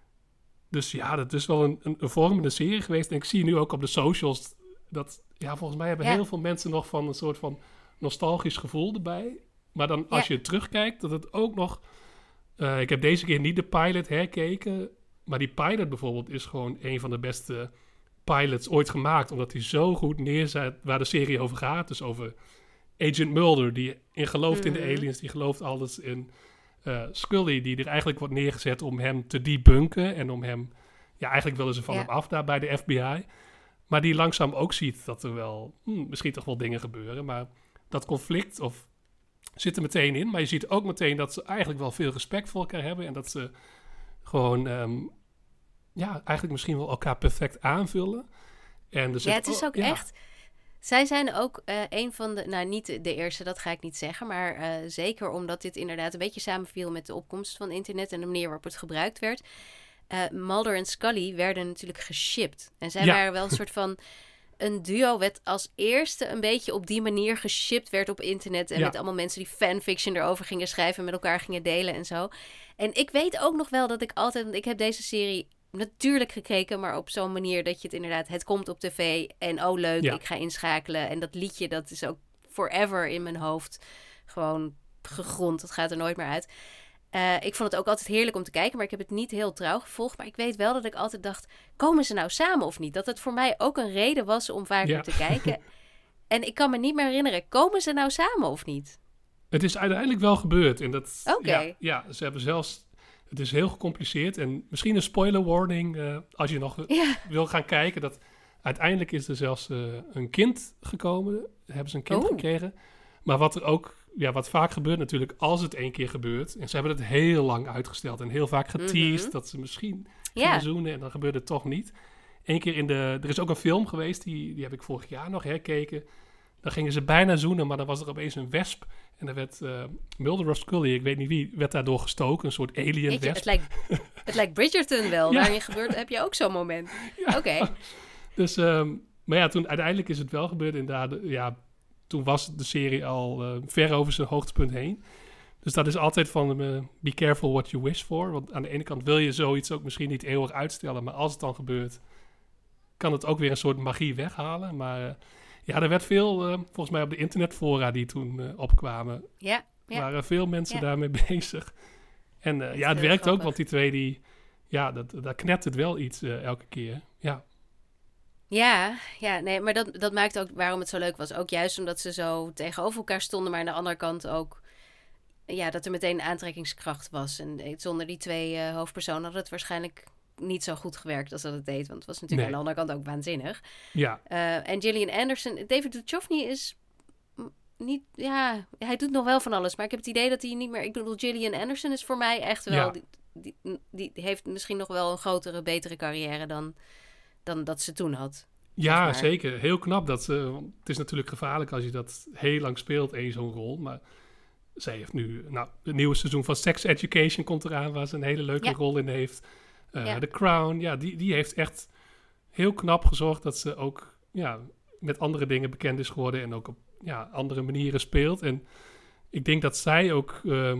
Dus ja, dat is wel een, een, een vormende serie geweest. En ik zie nu ook op de socials... dat ja, volgens mij hebben ja. heel veel mensen nog van een soort van... nostalgisch gevoel erbij. Maar dan als ja. je terugkijkt, dat het ook nog... Uh, ik heb deze keer niet de pilot herkeken. Maar die pilot bijvoorbeeld is gewoon een van de beste pilots ooit gemaakt. Omdat hij zo goed neerzet waar de serie over gaat. Dus over Agent Mulder, die in gelooft mm-hmm. in de aliens. Die gelooft alles in uh, Scully, die er eigenlijk wordt neergezet om hem te debunken. En om hem... Ja, eigenlijk willen ze van ja. hem af daar bij de F B I. Maar die langzaam ook ziet dat er wel... Hmm, misschien toch wel dingen gebeuren, maar... Dat conflict of zit er meteen in. Maar je ziet ook meteen dat ze eigenlijk wel veel respect voor elkaar hebben. En dat ze gewoon, um, ja, eigenlijk misschien wel elkaar perfect aanvullen. En er ja, het is ook oh, ja. echt... Zij zijn ook uh, een van de... Nou, niet de eerste, dat ga ik niet zeggen. Maar uh, zeker omdat dit inderdaad een beetje samenviel met de opkomst van internet... en de manier waarop het gebruikt werd. Uh, Mulder en Scully werden natuurlijk geshipped. En zij ja. waren wel een soort van... een duo wat als eerste een beetje op die manier geshipped werd op internet. En ja. met allemaal mensen die fanfiction erover gingen schrijven... en met elkaar gingen delen en zo. En ik weet ook nog wel dat ik altijd... want ik heb deze serie natuurlijk gekeken... maar op zo'n manier dat je het inderdaad... het komt op tv en oh leuk, ja. ik ga inschakelen. En dat liedje, dat is ook forever in mijn hoofd. Gewoon gegrond, dat gaat er nooit meer uit. Uh, ik vond het ook altijd heerlijk om te kijken... maar ik heb het niet heel trouw gevolgd. Maar ik weet wel dat ik altijd dacht... komen ze nou samen of niet? Dat het voor mij ook een reden was om vaker ja. te kijken. En ik kan me niet meer herinneren... komen ze nou samen of niet? Het is uiteindelijk wel gebeurd. Oké. Okay. Ja, ja, ze hebben zelfs... Het is heel gecompliceerd. En misschien een spoiler warning... Uh, als je nog ja. wil gaan kijken... dat uiteindelijk is er zelfs uh, een kind gekomen. Hebben ze een kind oh. gekregen. Maar wat er ook... Ja, wat vaak gebeurt natuurlijk als het één keer gebeurt. En ze hebben het heel lang uitgesteld en heel vaak geteased mm-hmm. dat ze misschien ja. gingen zoenen en dan gebeurde het toch niet. Eén keer in de... Er is ook een film geweest, die, die heb ik vorig jaar nog herkeken. Dan gingen ze bijna zoenen, maar dan was er opeens een wesp. En dan werd uh, Mulder of Scully, ik weet niet wie, werd daardoor gestoken. Een soort alien wesp. Het lijkt, het lijkt Bridgerton wel. Ja. Waarin gebeurt, heb je ook zo'n moment. Ja. Oké. Okay. Dus, um, maar ja, toen uiteindelijk is het wel gebeurd inderdaad. Ja, toen was de serie al uh, ver over zijn hoogtepunt heen. Dus dat is altijd van uh, be careful what you wish for. Want aan de ene kant wil je zoiets ook misschien niet eeuwig uitstellen. Maar als het dan gebeurt, kan het ook weer een soort magie weghalen. Maar uh, ja, er werd veel, uh, volgens mij op de internetfora die toen uh, opkwamen. Ja, ja. waren veel mensen ja. daarmee bezig. En uh, ja, het werkt grappig. ook, want die twee, die, ja, dat, daar knept het wel iets uh, elke keer. Ja. Ja, ja, nee, maar dat, dat maakt ook waarom het zo leuk was. Ook juist omdat ze zo tegenover elkaar stonden, maar aan de andere kant ook... Ja, dat er meteen aantrekkingskracht was. En zonder die twee uh, hoofdpersonen had het waarschijnlijk niet zo goed gewerkt als dat het deed. Want het was natuurlijk nee. aan de andere kant ook waanzinnig. Ja. Uh, en Gillian Anderson... David Duchovny is niet... Ja, hij doet nog wel van alles. Maar ik heb het idee dat hij niet meer... Ik bedoel, Gillian Anderson is voor mij echt wel... Ja. die, die heeft misschien nog wel een grotere, betere carrière dan, dan dat ze toen had. Ja, maar. zeker. Heel knap. Dat ze, want het is natuurlijk gevaarlijk als je dat heel lang speelt, één zo'n rol. Maar zij heeft nu... Nou, het nieuwe seizoen van Sex Education komt eraan, waar ze een hele leuke Ja. rol in heeft. Uh, Ja. The Crown, ja, die, die heeft echt heel knap gezorgd dat ze ook ja, met andere dingen bekend is geworden en ook op ja, andere manieren speelt. En ik denk dat zij ook... Uh,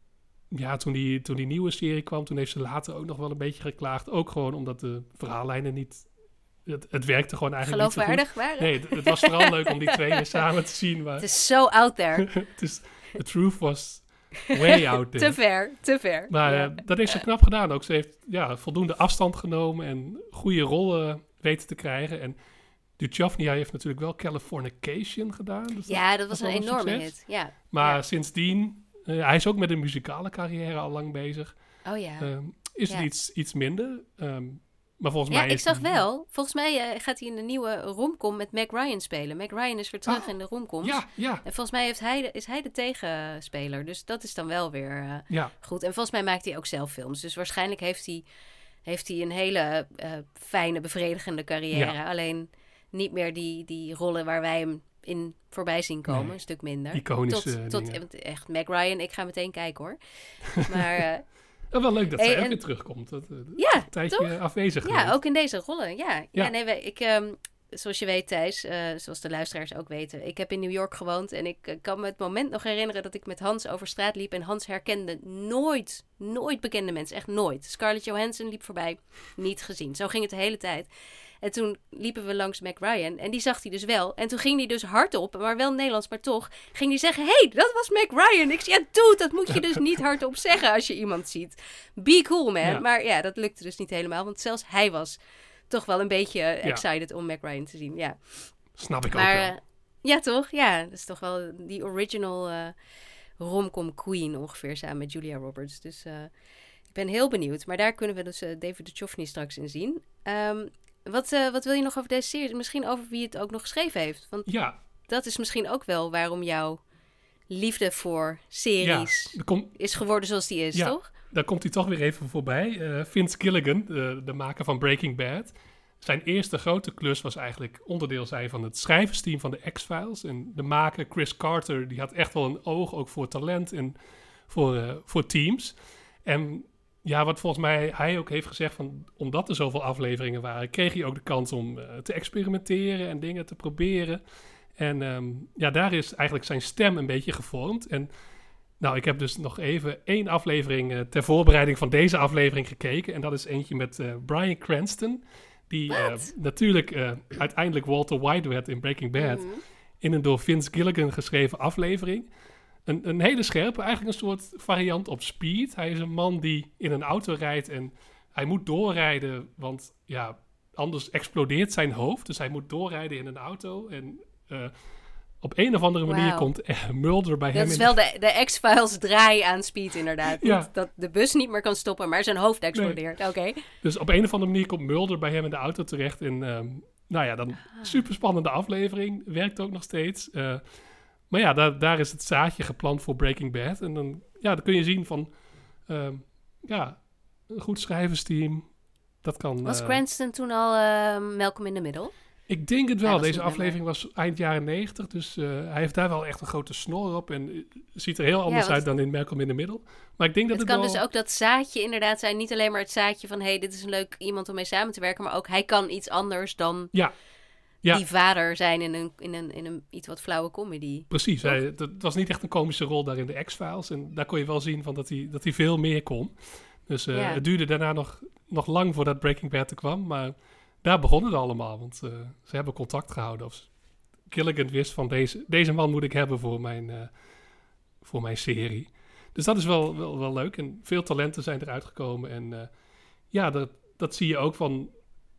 ja, toen die, toen die nieuwe serie kwam, toen heeft ze later ook nog wel een beetje geklaagd. Ook gewoon omdat de verhaallijnen niet... Het, het werkte gewoon eigenlijk niet zo goed. Geloofwaardig waren? Nee, het, het was vooral leuk om die twee weer samen te zien. Maar Het is zo out there. het is, the truth was way out there. Te ver, te ver. Maar ja. uh, dat heeft ze knap gedaan ook. Ze heeft ja, voldoende afstand genomen en goede rollen weten te krijgen. En Duchovny heeft natuurlijk wel Californication gedaan. Dus ja, dat, dat was wel een enorme succes. hit. Ja. Maar ja. sindsdien, uh, hij is ook met een muzikale carrière al lang bezig. Oh ja. Um, is ja. het iets, iets minder. Um, maar volgens ja, mij ik is zag die... wel. Volgens mij uh, gaat hij in de nieuwe romcom met Meg Ryan spelen. Meg Ryan is weer terug ah, in de romcoms. Ja, ja. En volgens mij heeft hij de, is hij de tegenspeler. Dus dat is dan wel weer uh, ja. goed. En volgens mij maakt hij ook zelf films. Dus waarschijnlijk heeft hij, heeft hij een hele uh, fijne, bevredigende carrière. Ja. Alleen niet meer die, die rollen waar wij hem in voorbij zien komen. Nee. Een stuk minder. Iconische tot, tot echt Meg Ryan. Ik ga meteen kijken hoor. Maar... Uh, Ja, wel leuk dat hey, zij ook en... weer terugkomt. Dat, uh, ja, een tijdje toch? afwezig Ja, geweest. ook in deze rollen. Ja, ja. ja. ja nee, ik, um, zoals je weet Thijs, uh, zoals de luisteraars ook weten. Ik heb in New York gewoond en ik uh, kan me het moment nog herinneren dat ik met Hans over straat liep. En Hans herkende nooit, nooit bekende mensen. Echt nooit. Scarlett Johansson liep voorbij. Niet gezien. Zo ging het de hele tijd. En toen liepen we langs Meg Ryan en die zag hij dus wel. En toen ging hij dus hardop, maar wel Nederlands, maar toch, ging hij zeggen, hey, dat was Meg Ryan. Ik zei, ja, dude, dat moet je dus niet hardop zeggen als je iemand ziet. Be cool, man. Ja. Maar ja, dat lukte dus niet helemaal, want zelfs hij was toch wel een beetje uh, excited ja. om Meg Ryan te zien. Ja. Snap ik maar, ook wel. Uh, ja, toch? Ja, dat is toch wel die original uh, romcom queen ongeveer samen met Julia Roberts. Dus uh, ik ben heel benieuwd. Maar daar kunnen we dus uh, David Duchovny straks in zien. Um, Wat, uh, wat wil je nog over deze serie? Misschien over wie het ook nog geschreven heeft. Want ja. dat is misschien ook wel waarom jouw liefde voor series ja, kom... is geworden zoals die is, ja, toch? Daar komt hij toch weer even voorbij. Uh, Vince Gilligan, de, de maker van Breaking Bad. Zijn eerste grote klus was eigenlijk onderdeel zijn van het schrijversteam van de X-Files. En de maker Chris Carter, die had echt wel een oog ook voor talent en voor, uh, voor teams. En... Ja, wat volgens mij hij ook heeft gezegd, van, omdat er zoveel afleveringen waren, kreeg hij ook de kans om uh, te experimenteren en dingen te proberen. En um, ja, daar is eigenlijk zijn stem een beetje gevormd. En nou, ik heb dus nog even één aflevering uh, ter voorbereiding van deze aflevering gekeken. En dat is eentje met uh, Bryan Cranston, die uh, natuurlijk uh, uiteindelijk Walter White werd in Breaking Bad, mm-hmm. in een door Vince Gilligan geschreven aflevering. Een, een hele scherpe, eigenlijk een soort variant op Speed. Hij is een man die in een auto rijdt en hij moet doorrijden, want ja, anders explodeert zijn hoofd. Dus hij moet doorrijden in een auto en uh, op een of andere manier wow. komt uh, Mulder bij dat hem. Dat is wel de, de X-Files draai aan Speed inderdaad. Ja. Dat de bus niet meer kan stoppen, maar zijn hoofd explodeert. Nee. Oké. Okay. Dus op een of andere manier komt Mulder bij hem in de auto terecht. En um, nou ja, dan ah. super spannende aflevering. Werkt ook nog steeds. Uh, Maar ja, daar, daar is het zaadje geplant voor Breaking Bad. En dan, ja, dan kun je zien van... Uh, ja, een goed schrijversteam. Dat kan... Was uh, Cranston toen al uh, Malcolm in the Middle? Ik denk het wel. Deze aflevering was eind jaren negentig. Dus uh, hij heeft daar wel echt een grote snor op. En uh, ziet er heel anders ja, uit dan in Malcolm in the Middle. Maar ik denk dat het, het kan wel... dus ook dat zaadje inderdaad zijn. Niet alleen maar het zaadje van... hey, dit is een leuk iemand om mee samen te werken. Maar ook hij kan iets anders dan... Ja. Ja. Die vader zijn in een, in een, in een iets wat flauwe comedy. Precies. Hij, het was niet echt een komische rol daar in de X-Files. En daar kon je wel zien van dat hij, dat hij veel meer kon. Dus uh, ja. het duurde daarna nog, nog lang voordat Breaking Bad er kwam. Maar daar begon het allemaal. Want uh, ze hebben contact gehouden. Of Gilligan wist van deze, deze man moet ik hebben voor mijn, uh, voor mijn serie. Dus dat is wel, wel, wel leuk. En veel talenten zijn eruit gekomen. En uh, ja, dat, dat zie je ook van...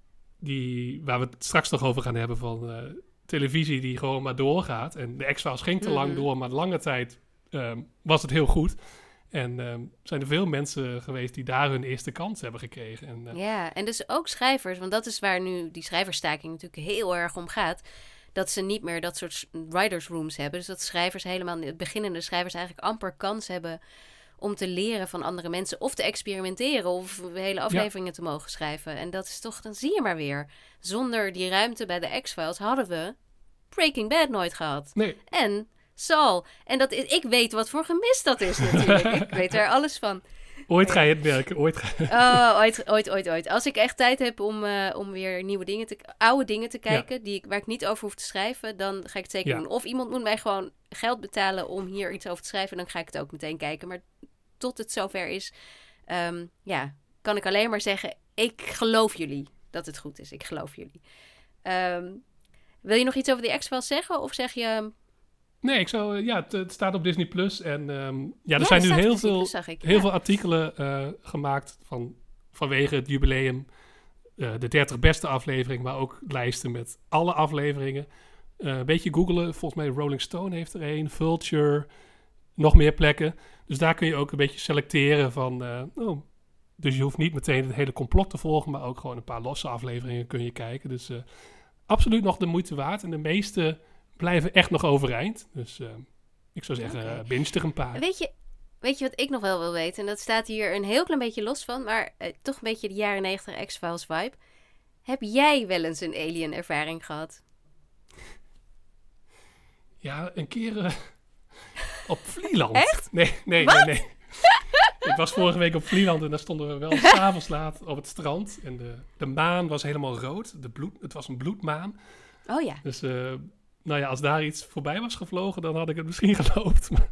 Die, waar we het straks nog over gaan hebben van uh, televisie die gewoon maar doorgaat. En de X-Files ging te mm-hmm. lang door, maar lange tijd um, was het heel goed. En um, zijn er veel mensen geweest die daar hun eerste kans hebben gekregen. En, uh, ja, en dus ook schrijvers, want dat is waar nu die schrijversstaking natuurlijk heel erg om gaat. Dat ze niet meer dat soort writers rooms hebben. Dus dat schrijvers helemaal, beginnende schrijvers eigenlijk amper kans hebben om te leren van andere mensen of te experimenteren of hele afleveringen ja. te mogen schrijven. En dat is toch, dan zie je maar weer. Zonder die ruimte bij de X-Files hadden we Breaking Bad nooit gehad. Nee. En Saul. En dat is, ik weet wat voor gemis dat is natuurlijk. Ik weet er alles van. Ooit ga je het merken, ooit ga je het Oh, ooit, ooit, ooit, ooit. Als ik echt tijd heb om, uh, om weer nieuwe dingen te... oude dingen te kijken, ja. die ik, waar ik niet over hoef te schrijven, dan ga ik het zeker ja. doen. Of iemand moet mij gewoon geld betalen om hier iets over te schrijven, dan ga ik het ook meteen kijken. Maar tot het zover is, um, ja, kan ik alleen maar zeggen, ik geloof jullie dat het goed is. Ik geloof jullie. Um, wil je nog iets over die X-Files zeggen? Of zeg je... Nee, ik zou, ja, het, het staat op Disney Plus. En um, ja, er ja, zijn nu heel, Disney veel, Plus, zag ik. heel ja. veel artikelen uh, gemaakt van, vanwege het jubileum. Uh, de dertig beste aflevering, maar ook lijsten met alle afleveringen. Uh, een beetje googlen. Volgens mij Rolling Stone heeft er een. Vulture. Nog meer plekken. Dus daar kun je ook een beetje selecteren van... Uh, oh, dus je hoeft niet meteen het hele complot te volgen, maar ook gewoon een paar losse afleveringen kun je kijken. Dus uh, absoluut nog de moeite waard. En de meeste... blijven echt nog overeind. Dus uh, ik zou zeggen, okay. uh, binge er een paar. Weet je, weet je wat ik nog wel wil weten? En dat staat hier een heel klein beetje los van, maar uh, toch een beetje de jaren negentig X-Files vibe. Heb jij wel eens een alien ervaring gehad? Ja, een keer uh, op Vlieland. Echt? Nee, nee, wat? nee, nee. Ik was vorige week op Vlieland en daar stonden we wel 's avonds laat op het strand. En de, de maan was helemaal rood. De bloed, het was een bloedmaan. Oh ja. Dus... Uh, Nou ja, als daar iets voorbij was gevlogen, dan had ik het misschien geloofd. Maar...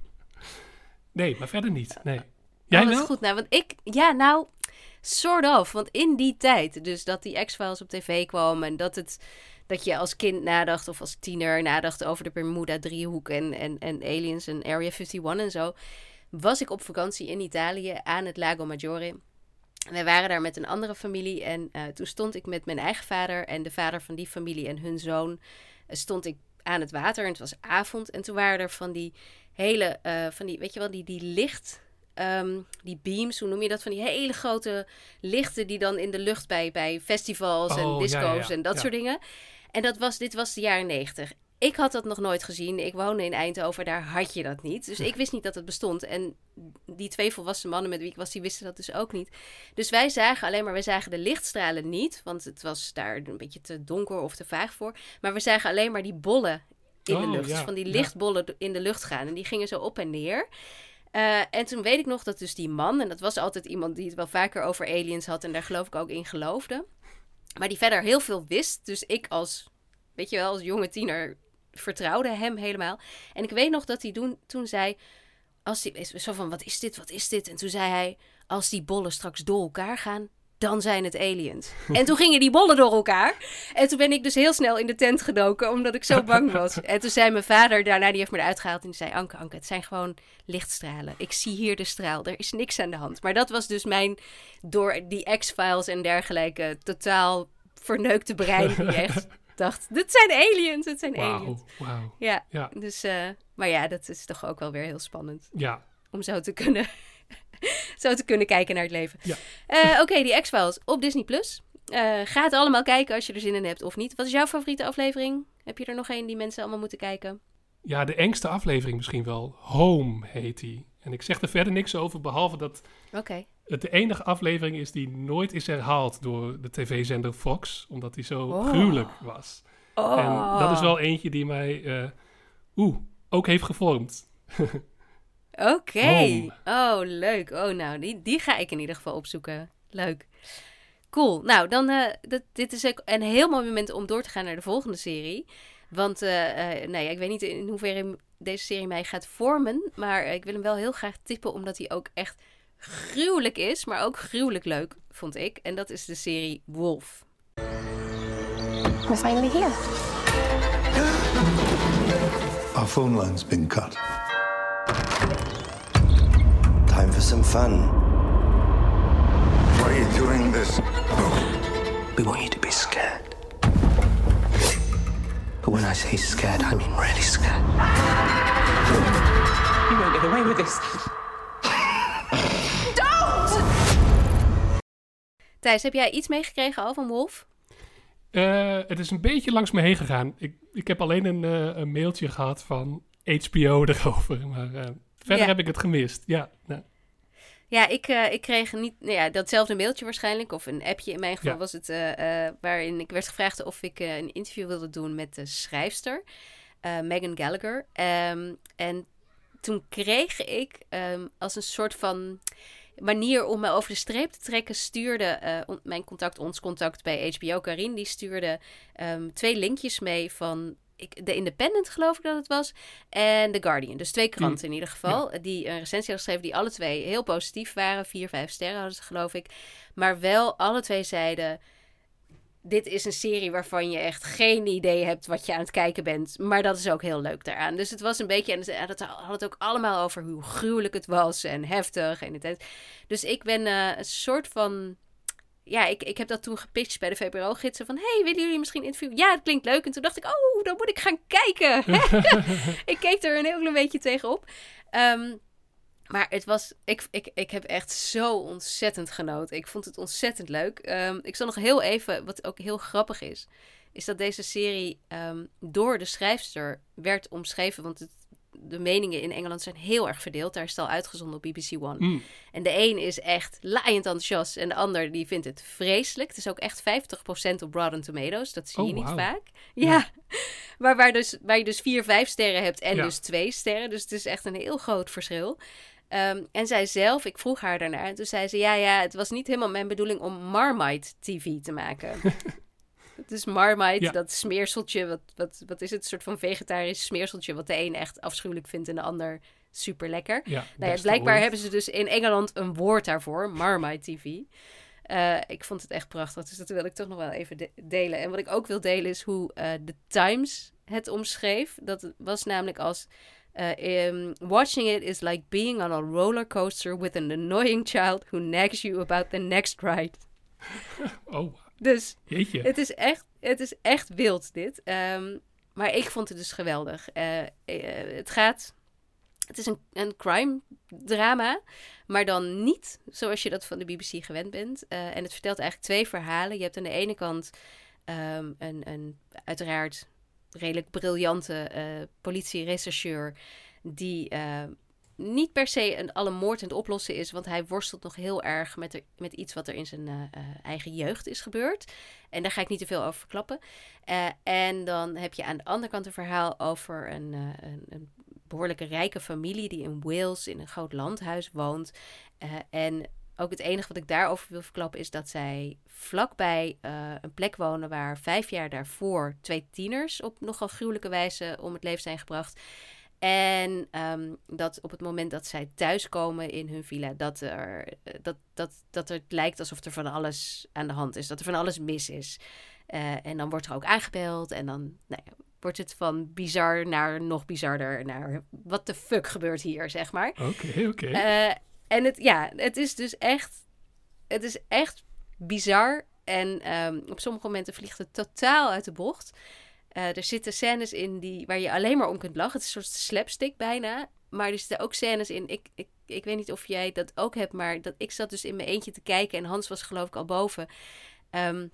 Nee, maar verder niet. Nee. Jij oh, dat wel? is goed. Nou, want ik, ja, nou, sort of. Want in die tijd, dus dat die X-Files op tv kwamen en dat het, dat je als kind nadacht of als tiener nadacht over de Bermuda-driehoek en, en, en aliens en Area eenenvijftig en zo, was ik op vakantie in Italië aan het Lago Maggiore. Wij waren daar met een andere familie en uh, toen stond ik met mijn eigen vader en de vader van die familie en hun zoon, uh, stond ik aan het water en het was avond. En toen waren er van die hele, uh, van die, weet je wel, die, die licht, um, die beams, hoe noem je dat? Van die hele grote lichten die dan in de lucht bij, bij festivals oh, en disco's ja, ja, en dat ja. soort dingen. En dat was, dit was de jaren negentig. Ik had dat nog nooit gezien. Ik woonde in Eindhoven, daar had je dat niet. Dus ik wist niet dat het bestond. En die twee volwassen mannen met wie ik was, die wisten dat dus ook niet. Dus wij zagen alleen maar, wij zagen de lichtstralen niet. Want het was daar een beetje te donker of te vaag voor. Maar we zagen alleen maar die bollen in oh, de lucht. Ja, dus van die ja. lichtbollen in de lucht gaan. En die gingen zo op en neer. Uh, en toen weet ik nog dat dus die man, en dat was altijd iemand die het wel vaker over aliens had. En daar geloof ik ook in geloofde. Maar die verder heel veel wist. Dus ik als, weet je wel, als jonge tiener vertrouwde hem helemaal. En ik weet nog dat hij toen, toen zei, als die, zo van, wat is dit, wat is dit? En toen zei hij, als die bollen straks door elkaar gaan, dan zijn het aliens. En toen gingen die bollen door elkaar. En toen ben ik dus heel snel in de tent gedoken, omdat ik zo bang was. En toen zei mijn vader, daarna die heeft me eruit gehaald en die zei, Anke, Anke, het zijn gewoon lichtstralen. Ik zie hier de straal, er is niks aan de hand. Maar dat was dus mijn, door die X-Files en dergelijke, totaal verneukte brein, die echt dacht, dit zijn aliens, dit zijn wow, aliens. Wow. Ja, ja. Dus, uh, maar ja, dat is toch ook wel weer heel spannend. Ja. Om zo te kunnen, zo te kunnen kijken naar het leven. Ja. Uh, Oké, okay, die X-Files op Disney Plus. Uh, ga het allemaal kijken als je er zin in hebt of niet. Wat is jouw favoriete aflevering? Heb je er nog één die mensen allemaal moeten kijken? Ja, de engste aflevering misschien wel. Home heet die. En ik zeg er verder niks over, behalve dat okay. het de enige aflevering is die nooit is herhaald door de tv-zender Fox. Omdat die zo oh. gruwelijk was. Oh. En dat is wel eentje die mij uh, oeh, ook heeft gevormd. Oké. Okay. Oh, leuk. Oh, nou, die, die ga ik in ieder geval opzoeken. Leuk. Cool. Nou, dan, uh, dat, dit is ook een heel mooi moment om door te gaan naar de volgende serie. Want, uh, uh, nou ja, ik weet niet in hoeverre deze serie mij gaat vormen. Maar uh, ik wil hem wel heel graag tippen, omdat hij ook echt gruwelijk is. Maar ook gruwelijk leuk, vond ik. En dat is de serie Wolf. We're finally here. Our phone line's been cut. Time for some fun. Why are you doing this? We want you to be scared. But when I say scared, I mean really scared. You won't get away with this. Don't! Thijs, heb jij iets meegekregen al van Wolf? Uh, het is een beetje langs me heen gegaan. Ik, ik heb alleen een, uh, een mailtje gehad van H B O erover. Maar uh, verder ja. heb ik het gemist. Ja, nou. Ja, ik, uh, ik kreeg niet nou ja, datzelfde mailtje waarschijnlijk, of een appje in mijn geval Ja. was het, uh, uh, waarin ik werd gevraagd of ik uh, een interview wilde doen met de schrijfster, uh, Megan Gallagher. Um, en toen kreeg ik um, als een soort van manier om me over de streep te trekken, stuurde uh, on- mijn contact, ons contact bij H B O, Karin, die stuurde um, twee linkjes mee van ik, The Independent, geloof ik dat het was, en The Guardian. Dus twee kranten mm. in ieder geval, ja. die een recensie hadden geschreven, die alle twee heel positief waren. Vier, vijf sterren hadden ze, geloof ik. Maar wel alle twee zeiden, dit is een serie waarvan je echt geen idee hebt wat je aan het kijken bent. Maar dat is ook heel leuk daaraan. Dus het was een beetje, en dat had het ook allemaal over hoe gruwelijk het was en heftig. En het, dus ik ben uh, een soort van, ja, ik, ik heb dat toen gepitcht bij de V P R O-gidsen van, hey, willen jullie misschien interviewen? Ja, het klinkt leuk. En toen dacht ik, oh, dan moet ik gaan kijken. Ik keek er een heel klein beetje tegenop. Um, Maar het was, ik, ik, ik heb echt zo ontzettend genoten. Ik vond het ontzettend leuk. Um, ik zal nog heel even, wat ook heel grappig is, is dat deze serie um, door de schrijfster werd omschreven. Want het, de meningen in Engeland zijn heel erg verdeeld. Daar is het al uitgezonden op B B C One. Mm. En de een is echt laaiend enthousiast en de ander die vindt het vreselijk. Het is ook echt vijftig procent op Rotten Tomatoes. Dat zie je oh, niet wow. vaak. Ja, ja. Maar waar, dus, waar je dus vier, vijf sterren hebt en ja. dus twee sterren. Dus het is echt een heel groot verschil. Um, en zij zelf, ik vroeg haar daarnaar. En toen zei ze, ja, ja, het was niet helemaal mijn bedoeling om Marmite T V te maken. Dus Marmite, ja. dat smeerseltje, wat, wat, wat is het? Een soort van vegetarisch smeerseltje, wat de een echt afschuwelijk vindt en de ander super lekker. Ja, nou ja, blijkbaar woord. Hebben ze dus in Engeland een woord daarvoor, Marmite T V. Uh, ik vond het echt prachtig, dus dat wil ik toch nog wel even de- delen. En wat ik ook wil delen is hoe uh, The Times het omschreef. Dat was namelijk als Uh, um, watching it is like being on a roller coaster with an annoying child who nags you about the next ride. Oh, dus jeetje. Het is echt, het is echt wild dit. Um, maar ik vond het dus geweldig. Uh, uh, het gaat, het is een, een crime drama, maar dan niet zoals je dat van de B B C gewend bent. Uh, en het vertelt eigenlijk twee verhalen. Je hebt aan de ene kant um, een, een uiteraard redelijk briljante uh, politie-rechercheur die uh, niet per se een alle moord aan het oplossen is, want hij worstelt nog heel erg met, er, met iets wat er in zijn uh, uh, eigen jeugd is gebeurd. En daar ga ik niet te veel over verklappen. Uh, en dan heb je aan de andere kant een verhaal over een, uh, een, een behoorlijke rijke familie die in Wales in een groot landhuis woont. Uh, en ook het enige wat ik daarover wil verklappen is dat zij vlakbij uh, een plek wonen waar vijf jaar daarvoor twee tieners op nogal gruwelijke wijze om het leven zijn gebracht. En um, dat op het moment dat zij thuiskomen in hun villa, dat, er, dat, dat, dat het lijkt alsof er van alles aan de hand is. Dat er van alles mis is. Uh, en dan wordt er ook aangebeld en dan nou ja, wordt het van bizar naar nog bizarder. Naar wat de fuck gebeurt hier, zeg maar. Oké, okay, oké. Okay. Uh, En het, ja, het is dus echt, het is echt bizar. En um, op sommige momenten vliegt het totaal uit de bocht. Uh, er zitten scènes in die, waar je alleen maar om kunt lachen. Het is een soort slapstick bijna. Maar er zitten ook scènes in. Ik, ik, ik weet niet of jij dat ook hebt, maar dat, ik zat dus in mijn eentje te kijken. En Hans was geloof ik al boven. Um,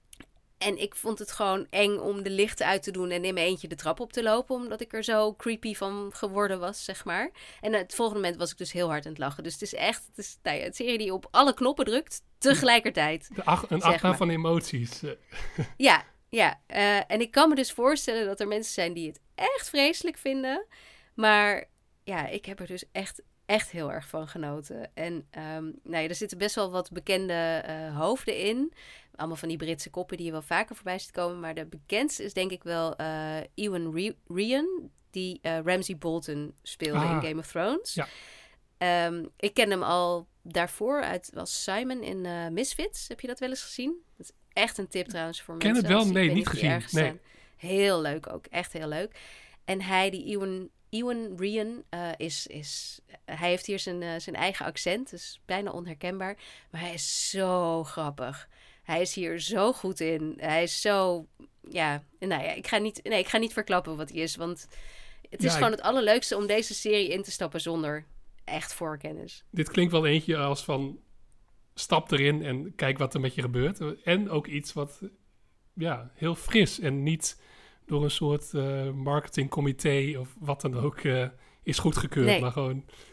En ik vond het gewoon eng om de lichten uit te doen en in mijn eentje de trap op te lopen. Omdat ik er zo creepy van geworden was, zeg maar. En het volgende moment was ik dus heel hard aan het lachen. Dus het is echt het is, nou ja, een serie die op alle knoppen drukt tegelijkertijd. De ach, een achtbaan van emoties. Ja, ja. Uh, en ik kan me dus voorstellen dat er mensen zijn die het echt vreselijk vinden. Maar ja, ik heb er dus echt... echt heel erg van genoten. En um, nou ja, er zitten best wel wat bekende uh, hoofden in. Allemaal van die Britse koppen die je wel vaker voorbij ziet komen. Maar de bekendste is denk ik wel uh, Ewan Re- Ryan, die uh, Ramsay Bolton speelde ah, in Game of Thrones. Ja. Um, ik ken hem al daarvoor uit, was Simon in uh, Misfits. Heb je dat wel eens gezien? Dat is echt een tip trouwens voor ken mensen. Ken het wel? Nee, niet, niet gezien. Nee. Staan. Heel leuk ook. Echt heel leuk. En hij, die Ewan... Ewan Ryan uh, is, is... Hij heeft hier zijn, uh, zijn eigen accent, dus bijna onherkenbaar. Maar hij is zo grappig. Hij is hier zo goed in. Hij is zo... Ja, nou ja, ik ga niet, nee, ik ga niet verklappen wat hij is. Want het is ja, gewoon ik... het allerleukste om deze serie in te stappen zonder echt voorkennis. Dit klinkt wel eentje als van... Stap erin en kijk wat er met je gebeurt. En ook iets wat ja, heel fris en niet... door een soort uh, marketingcomité of wat dan ook uh, is goedgekeurd. Nee. Maar gewoon,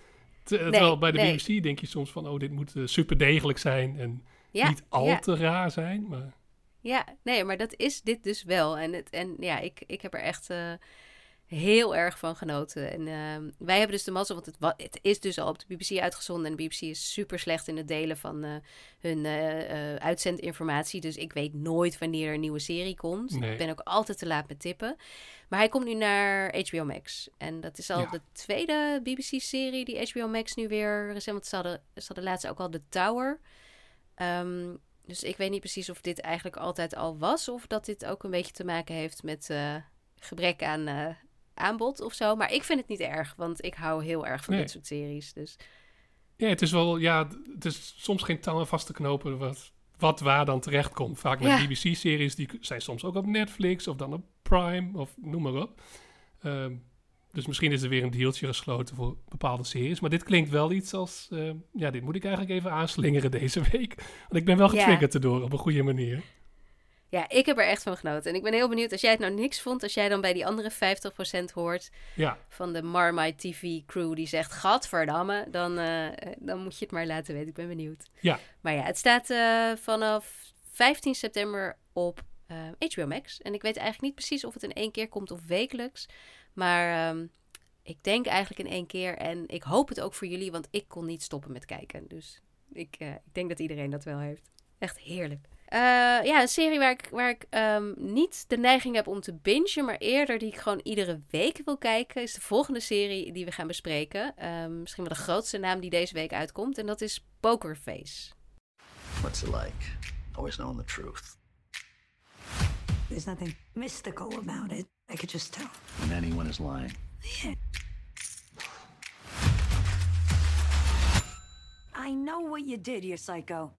Terwijl Nee, bij de nee. B B C denk je soms van... oh, dit moet uh, super degelijk zijn en Ja, niet al ja. te raar zijn. Maar Ja, nee, maar dat is dit dus wel. En, het, en ja, ik, ik heb er echt uh, heel erg van genoten. En uh, wij hebben dus de mazzel, want het, wa- het is dus al op de B B C uitgezonden. En de B B C is super slecht in het delen van uh, hun uh, uh, uitzendinformatie. Dus ik weet nooit wanneer er een nieuwe serie komt. Nee. Ik ben ook altijd te laat met tippen. Maar hij komt nu naar H B O Max. En dat is al Ja. de tweede B B C-serie die H B O Max nu weer recent... Want ze hadden, ze hadden laatst ook al The Tower. Um, dus ik weet niet precies of dit eigenlijk altijd al was... of dat dit ook een beetje te maken heeft met uh, gebrek aan uh, aanbod of zo. Maar ik vind het niet erg, want ik hou heel erg van Nee. dit soort series. Dus ja, het is wel... Ja, het is soms geen touwen vast te knopen... wat, wat waar dan terecht komt. Vaak met Ja. B B C-series... die zijn soms ook op Netflix... of dan op Prime, of noem maar op. Um, dus misschien is er weer een dealtje gesloten... voor bepaalde series. Maar dit klinkt wel iets als... Uh, ja, dit moet ik eigenlijk even aanslingeren deze week. Want ik ben wel Ja. getriggerd erdoor... op een goede manier. ja, ik heb er echt van genoten. En ik ben heel benieuwd, als jij het nou niks vond... als jij dan bij die andere vijftig procent hoort... Ja, van de Marmite T V-crew die zegt... gadverdamme, dan, uh, dan moet je het maar laten weten. Ik ben benieuwd. ja. Maar ja, het staat uh, vanaf vijftien september op uh, H B O Max. En ik weet eigenlijk niet precies of het in één keer komt of wekelijks. Maar um, ik denk eigenlijk in één keer. En ik hoop het ook voor jullie, want ik kon niet stoppen met kijken. Dus ik, uh, ik denk dat iedereen dat wel heeft. Echt heerlijk. Uh, ja, een serie waar ik, waar ik um, niet de neiging heb om te bingen... maar eerder die ik gewoon iedere week wil kijken... is de volgende serie die we gaan bespreken. Um, misschien wel de grootste naam die deze week uitkomt. En dat is Poker Face. What's it like? Always knowing the truth. There's nothing mystical about it. I could just tell. When anyone is lying. I know what you did, you psycho.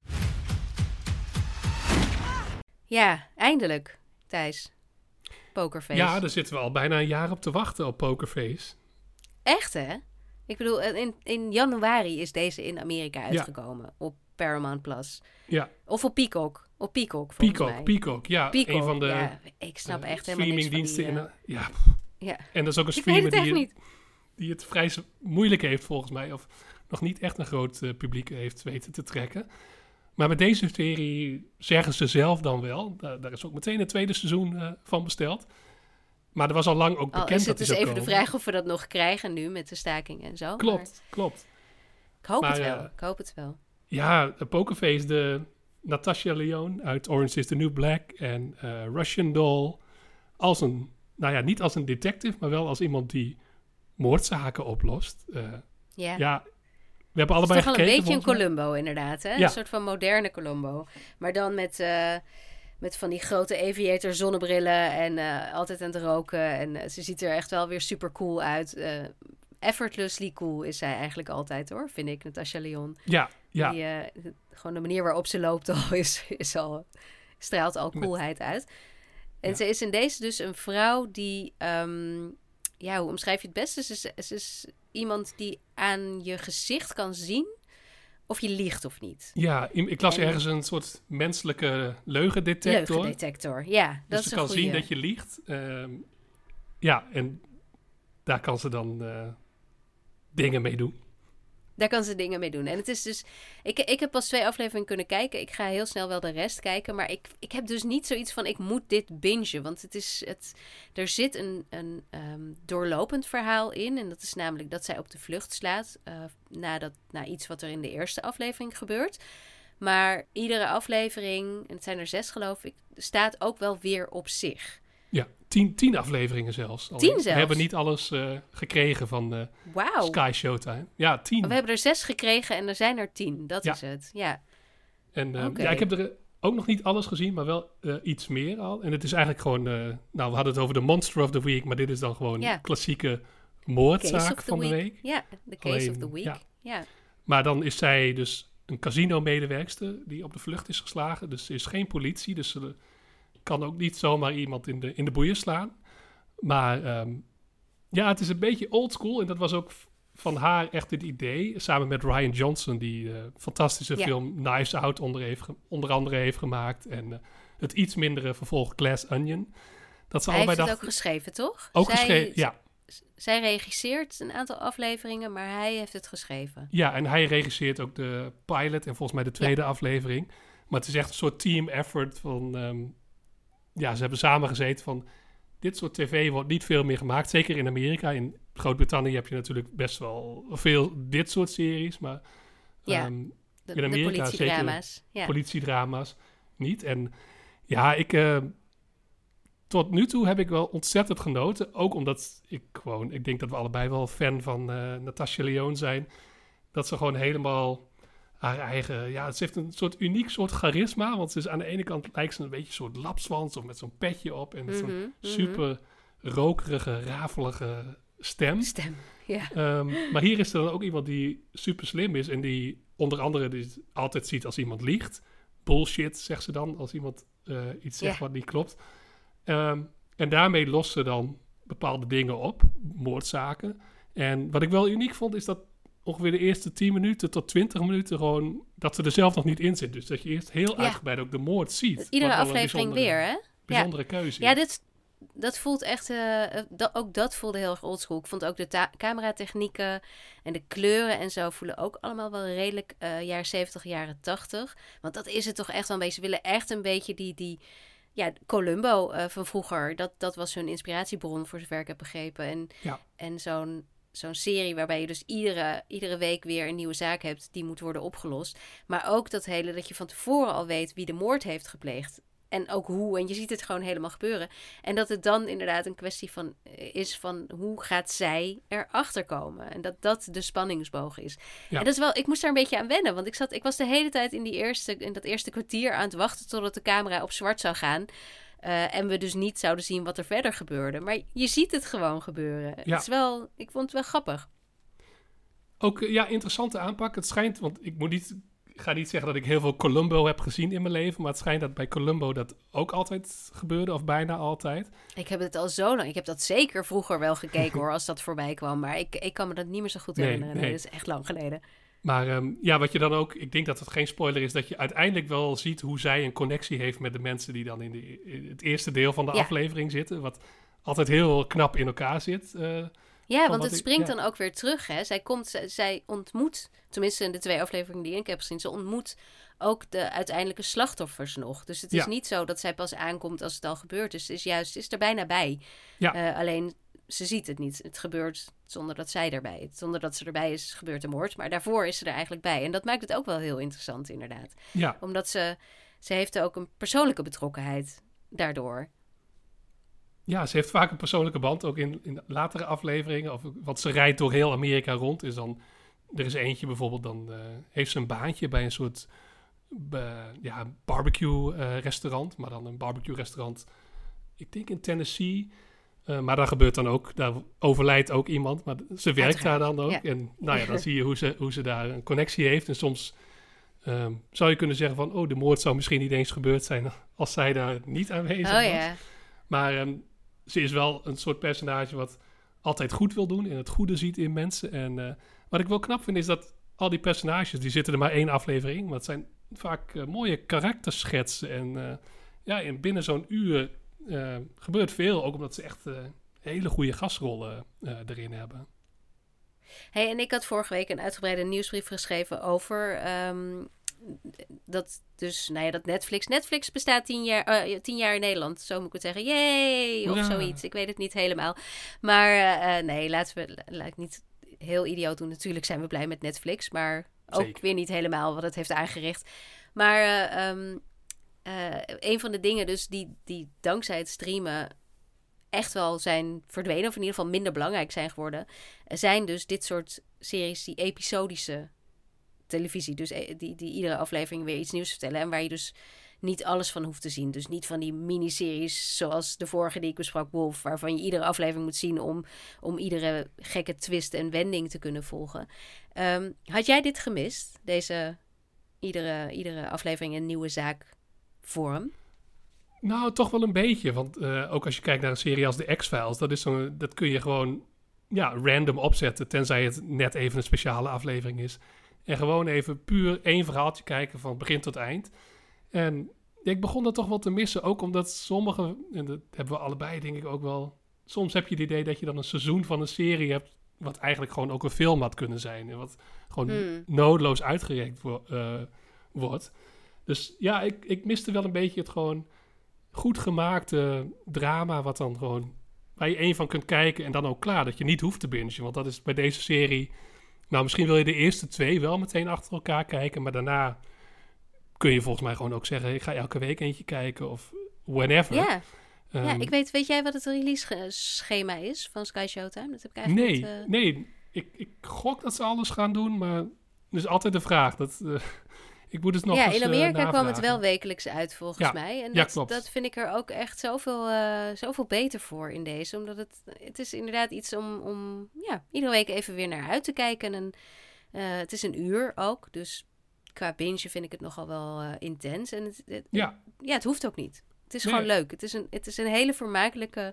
Ja, eindelijk, Thijs. Pokerface. Ja, daar zitten we al bijna een jaar op te wachten op Pokerface. Echt, hè? Ik bedoel, in, in januari is deze in Amerika uitgekomen. Ja. Op Paramount Plus. Ja. Of op Peacock. Op Peacock, volgens Peacock, mij. Peacock, ja. Peacock, een van de ja. Ik snap uh, echt helemaal niks van die... streamingdiensten. Uh... In, uh, ja. ja. En dat is ook een Ik streamer weet het echt die, niet. die het vrij moeilijk heeft, volgens mij. Of nog niet echt een groot uh, publiek heeft weten te trekken. Maar met deze serie zeggen ze zelf dan wel. Daar, daar is ook meteen een tweede seizoen uh, van besteld. Maar er was al lang ook bekend oh, is dat het die dus zou even komen. de vraag of we dat nog krijgen nu met de staking en zo. Klopt, maar klopt. Ik hoop maar, het wel, uh, ik hoop het wel. Ja, Pokerface, de Natasha Lyonne uit Orange is the New Black en uh, Russian Doll. Als een, nou ja, niet als een detective, maar wel als iemand die moordzaken oplost. Uh, ja. ja, we hebben allebei Het is toch wel gekeken. een beetje een mij. Columbo, inderdaad. Hè? Ja. Een soort van moderne Columbo. Maar dan met, uh, met van die grote aviator zonnebrillen en uh, altijd aan het roken. En uh, ze ziet er echt wel weer super cool uit. Uh, effortlessly cool is zij eigenlijk altijd, hoor, vind ik, Natasha Lyonne. Ja, ja. Die, uh, gewoon de manier waarop ze loopt al is, is al, straalt al coolheid uit. En Ja. ze is in deze dus een vrouw die... Um, ja, hoe omschrijf je het beste? Ze is, ze is iemand die aan je gezicht kan zien of je liegt of niet. Ja, ik las En- ergens een soort menselijke leugendetector. Leugendetector, ja. Dat Dus is ze een kan goeie. zien dat je liegt. Um, ja, en daar kan ze dan uh, dingen mee doen. Daar kan ze dingen mee doen. En het is dus... Ik, ik heb pas twee afleveringen kunnen kijken. Ik ga heel snel wel de rest kijken. Maar ik, ik heb dus niet zoiets van... Ik moet dit bingen. Want het is... Het, er zit een, een um, doorlopend verhaal in. En dat is namelijk dat zij op de vlucht slaat. Uh, nadat, na iets wat er in de eerste aflevering gebeurt. Maar iedere aflevering... En het zijn er zes geloof ik... Staat ook wel weer op zich. Ja, tien, tien afleveringen zelfs. Tien We zelfs? hebben niet alles uh, gekregen van uh, Wauw. Sky Showtime. Ja, tien. We hebben er zes gekregen en er zijn er tien. Dat Ja. is het, ja. En uh, Oké. ja, ik heb er ook nog niet alles gezien, maar wel uh, iets meer al. En het is eigenlijk gewoon... Uh, nou, we hadden het over de Monster of the Week, maar dit is dan gewoon Ja. een klassieke Case moordzaak of the van de week. week. Ja, de case Alleen, of the week. ja. Ja. Maar dan is zij dus een casino-medewerkster die op de vlucht is geslagen. Dus ze is geen politie, dus ze kan ook niet zomaar iemand in de, in de boeien slaan. Maar um, ja, het is een beetje oldschool. En dat was ook v- van haar echt het idee. Samen met Rian Johnson, die uh, fantastische Ja. film Knives Out onder, heeft ge- onder andere heeft gemaakt. En uh, het iets mindere vervolg Glass Onion. Dat ze Hij heeft allebei het ook dachten... geschreven, toch? Ook Zij- geschreven, ja. zij regisseert een aantal afleveringen, maar hij heeft het geschreven. Ja, en hij regisseert ook de pilot en volgens mij de tweede ja. aflevering. Maar het is echt een soort team effort van... Um, ja, ze hebben samen gezeten van... Dit soort tv wordt niet veel meer gemaakt. Zeker in Amerika. In Groot-Brittannië heb je natuurlijk best wel veel dit soort series. Maar ja, um, de, in Amerika de politiedrama's. zeker ja. politiedrama's niet. En ja, ik... Uh, tot nu toe heb ik wel ontzettend genoten. Ook omdat ik gewoon... Ik denk dat we allebei wel fan van uh, Natasha Lyonne zijn. Dat ze gewoon helemaal... haar eigen... Ja, ze heeft een soort uniek soort charisma. Want ze is aan de ene kant lijkt ze een beetje een soort lapswans... of met zo'n petje op. En met mm-hmm, zo'n mm-hmm. super rokerige, rafelige stem. Stem, ja. Um, maar hier is er dan ook iemand die super slim is... en die onder andere die altijd ziet als iemand liegt. Bullshit, zegt ze dan. Als iemand uh, iets zegt yeah. wat niet klopt. Um, en daarmee lost ze dan bepaalde dingen op. Moordzaken. En wat ik wel uniek vond is dat... ongeveer de eerste tien minuten tot twintig minuten gewoon... dat ze er zelf nog niet in zit. Dus dat je eerst heel ja. uitgebreid ook de moord ziet. Iedere aflevering weer, hè? Bijzondere ja. keuze. Ja, dit, dat voelt echt... Uh, dat, ook dat voelde heel erg oldschool. Ik vond ook de ta- cameratechnieken en de kleuren en zo... voelen ook allemaal wel redelijk uh, jaren zeventig, jaren tachtig. Want dat is het toch echt wel een beetje. Ze willen echt een beetje die... die ja, Columbo uh, van vroeger. Dat, dat was hun inspiratiebron, voor zover ik heb begrepen. En, ja. en zo'n... Zo'n serie waarbij je dus iedere, iedere week weer een nieuwe zaak hebt... die moet worden opgelost. Maar ook dat hele dat je van tevoren al weet wie de moord heeft gepleegd. En ook hoe. En je ziet het gewoon helemaal gebeuren. En dat het dan inderdaad een kwestie van is van... hoe gaat zij erachter komen? En dat dat de spanningsboog is. Ja. En dat is wel... Ik moest daar een beetje aan wennen. Want ik, zat, ik was de hele tijd in, die eerste, in dat eerste kwartier aan het wachten... totdat de camera op zwart zou gaan... Uh, en we dus niet zouden zien wat er verder gebeurde. Maar je ziet het gewoon gebeuren. Ja. Het is wel, ik vond het wel grappig. Ook ja, interessante aanpak. Het schijnt, want ik moet niet, ik ga niet zeggen dat ik heel veel Columbo heb gezien in mijn leven. Maar het schijnt dat bij Columbo dat ook altijd gebeurde. Of bijna altijd. Ik heb het al zo lang. Ik heb dat zeker vroeger wel gekeken hoor. Als dat voorbij kwam. Maar ik, ik kan me dat niet meer zo goed herinneren. Nee, nee. Nee, dat is echt lang geleden. Maar um, ja, wat je dan ook... Ik denk dat het geen spoiler is... dat je uiteindelijk wel ziet hoe zij een connectie heeft... met de mensen die dan in, de, in het eerste deel van de ja. aflevering zitten. Wat altijd heel knap in elkaar zit. Uh, ja, want het ik, springt ja. dan ook weer terug. Hè? Zij, komt, zij, zij ontmoet... Tenminste in de twee afleveringen die ik heb gezien... ze ontmoet ook de uiteindelijke slachtoffers nog. Dus het is ja. niet zo dat zij pas aankomt als het al gebeurd is. Het is juist, het is er bijna bij. Ja. Uh, alleen... Ze ziet het niet. Het gebeurt zonder dat zij erbij is. Zonder dat ze erbij is, gebeurt de moord. Maar daarvoor is ze er eigenlijk bij. En dat maakt het ook wel heel interessant, inderdaad. Ja. Omdat ze... Ze heeft ook een persoonlijke betrokkenheid daardoor. Ja, ze heeft vaak een persoonlijke band. Ook in, in latere afleveringen. Of, want ze rijdt door heel Amerika rond. Is dan, er is eentje bijvoorbeeld. Dan uh, heeft ze een baantje bij een soort... Uh, ja, barbecue uh, restaurant. Maar dan een barbecue restaurant... Ik denk in Tennessee... Uh, maar daar gebeurt dan ook, daar overlijdt ook iemand, maar ze werkt Uiteraard, daar dan ook. Ja. En nou ja, dan zie je hoe ze, hoe ze daar een connectie heeft. En soms um, zou je kunnen zeggen van, oh, de moord zou misschien niet eens gebeurd zijn als zij daar niet aanwezig oh, was. Ja. Maar um, ze is wel een soort personage wat altijd goed wil doen en het goede ziet in mensen. En uh, wat ik wel knap vind is dat al die personages, die zitten er maar één aflevering, maar het zijn vaak uh, mooie karakterschetsen. En uh, ja, in binnen zo'n uur... Uh, gebeurt veel, ook omdat ze echt uh, hele goede gastrollen uh, erin hebben. Hey, en ik had vorige week een uitgebreide nieuwsbrief geschreven over um, dat dus, nou ja, dat Netflix. Netflix bestaat tien jaar, uh, tien jaar in Nederland, zo moet ik het zeggen. Yay! Of ja. zoiets. Ik weet het niet helemaal. Maar uh, nee, laten we laat ik niet heel idioot doen. Natuurlijk zijn we blij met Netflix, maar ook Zeker. weer niet helemaal wat het heeft aangericht. Maar uh, um, Uh, een van de dingen dus die, die dankzij het streamen echt wel zijn verdwenen... of in ieder geval minder belangrijk zijn geworden... zijn dus dit soort series, die episodische televisie. Dus die, die iedere aflevering weer iets nieuws vertellen... en waar je dus niet alles van hoeft te zien. Dus niet van die miniseries zoals de vorige die ik besprak, Wolf... waarvan je iedere aflevering moet zien... om, om iedere gekke twist en wending te kunnen volgen. Um, had jij dit gemist? Deze iedere, iedere aflevering een nieuwe zaak... vorm? Nou, toch wel een beetje. Want uh, ook als je kijkt naar een serie als de X-Files... Dat, is zo, dat kun je gewoon ja, random opzetten... tenzij het net even een speciale aflevering is. En gewoon even puur één verhaaltje kijken... van begin tot eind. En ja, ik begon dat toch wel te missen. Ook omdat sommige... en dat hebben we allebei denk ik ook wel... soms heb je het idee dat je dan een seizoen van een serie hebt... wat eigenlijk gewoon ook een film had kunnen zijn. En wat gewoon Hmm. noodloos uitgerekt wo- uh, wordt. Dus ja, ik, ik miste wel een beetje het gewoon goed gemaakte drama... wat dan gewoon... waar je één van kunt kijken en dan ook klaar. Dat je niet hoeft te bingen. Want dat is bij deze serie... Nou, misschien wil je de eerste twee wel meteen achter elkaar kijken... maar daarna kun je volgens mij gewoon ook zeggen... ik ga elke week eentje kijken of whenever. Ja, Um, ja ik weet, weet jij wat het release-schema is van Sky Showtime? Dat heb ik eigenlijk nee, niet... Uh... nee. Ik, ik gok dat ze alles gaan doen, maar... er is altijd de vraag. Dat, uh, ik moet het nog ja, eens in Amerika uh, kwam het wel wekelijks uit, volgens ja, mij. En ja, dat, klopt. dat vind ik er ook echt zoveel, uh, zoveel beter voor in deze. Omdat het, het is inderdaad iets om, om ja, iedere week even weer naar uit te kijken. En uh, het is een uur ook, dus qua binge vind ik het nogal wel uh, intens. En het, het, Ja. ja, het hoeft ook niet. Het is Nee. gewoon leuk. Het is een, het is een hele vermakelijke,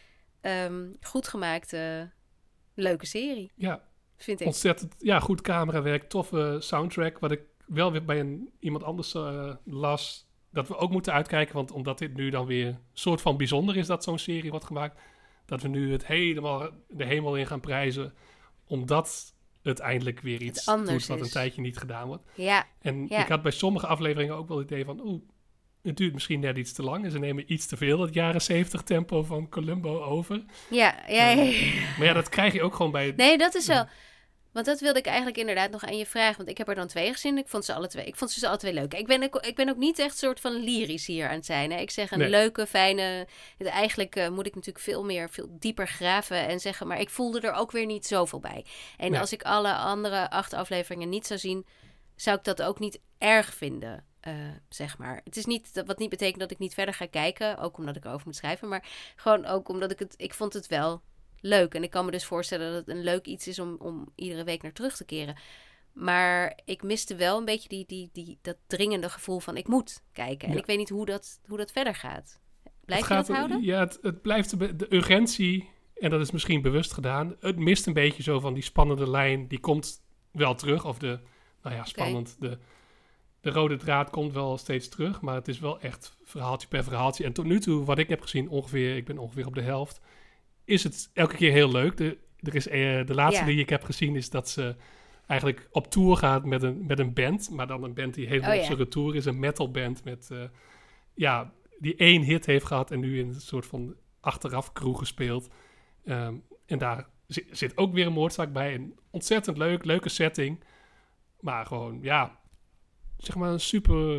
um, goed gemaakte, leuke serie, Ja, vind ik. ontzettend ja, goed camerawerk, toffe soundtrack. Wat ik wel weer bij een, iemand anders uh, las, dat we ook moeten uitkijken. Want omdat dit nu dan weer een soort van bijzonder is dat zo'n serie wordt gemaakt, dat we nu het helemaal de hemel in gaan prijzen, omdat het eindelijk weer iets doet wat is. een tijdje niet gedaan wordt. Ja, En ja. ik had bij sommige afleveringen ook wel het idee van, oeh, het duurt misschien net iets te lang en ze nemen iets te veel het jaren zeventig tempo van Columbo over. ja, ja, ja, ja. Maar ja, dat krijg je ook gewoon bij... Nee, dat is wel... Want dat wilde ik eigenlijk inderdaad nog aan je vragen. Want ik heb er dan twee gezien. Ik vond ze alle twee, ik vond ze dus alle twee leuk. Ik ben, ook, ik ben ook niet echt soort van lyrisch hier aan het zijn. Hè. Ik zeg een Nee. leuke, fijne... Eigenlijk uh, moet ik natuurlijk veel meer, veel dieper graven en zeggen. Maar ik voelde er ook weer niet zoveel bij. En Nee. als ik alle andere acht afleveringen niet zou zien, zou ik dat ook niet erg vinden. Uh, zeg maar. Het is niet, dat, wat niet betekent dat ik niet verder ga kijken. Ook omdat ik erover moet schrijven. Maar gewoon ook omdat ik het... Ik vond het wel... leuk. En ik kan me dus voorstellen dat het een leuk iets is om, om iedere week naar terug te keren. Maar ik miste wel een beetje die, die, die, dat dringende gevoel van ik moet kijken. En Ja. ik weet niet hoe dat, hoe dat verder gaat. Blijf het je gaat, dat houden? Ja, het, het blijft de, be- de urgentie, en dat is misschien bewust gedaan. Het mist een beetje zo van die spannende lijn, die komt wel terug. Of de, nou ja, spannend. De, de rode draad komt wel steeds terug, maar het is wel echt verhaaltje per verhaaltje. En tot nu toe, wat ik heb gezien, ongeveer, ik ben ongeveer op de helft, is het elke keer heel leuk. De, er is, uh, de laatste Ja. die ik heb gezien is dat ze eigenlijk op tour gaat met een, met een band. Maar dan een band die helemaal Oh, op ja. zijn retour is. Een metalband met, uh, ja, die één hit heeft gehad en nu in een soort van achteraf crew gespeeld. Um, en daar zit, zit ook weer een moordzaak bij. En ontzettend leuk, leuke setting. Maar gewoon, ja, zeg maar een super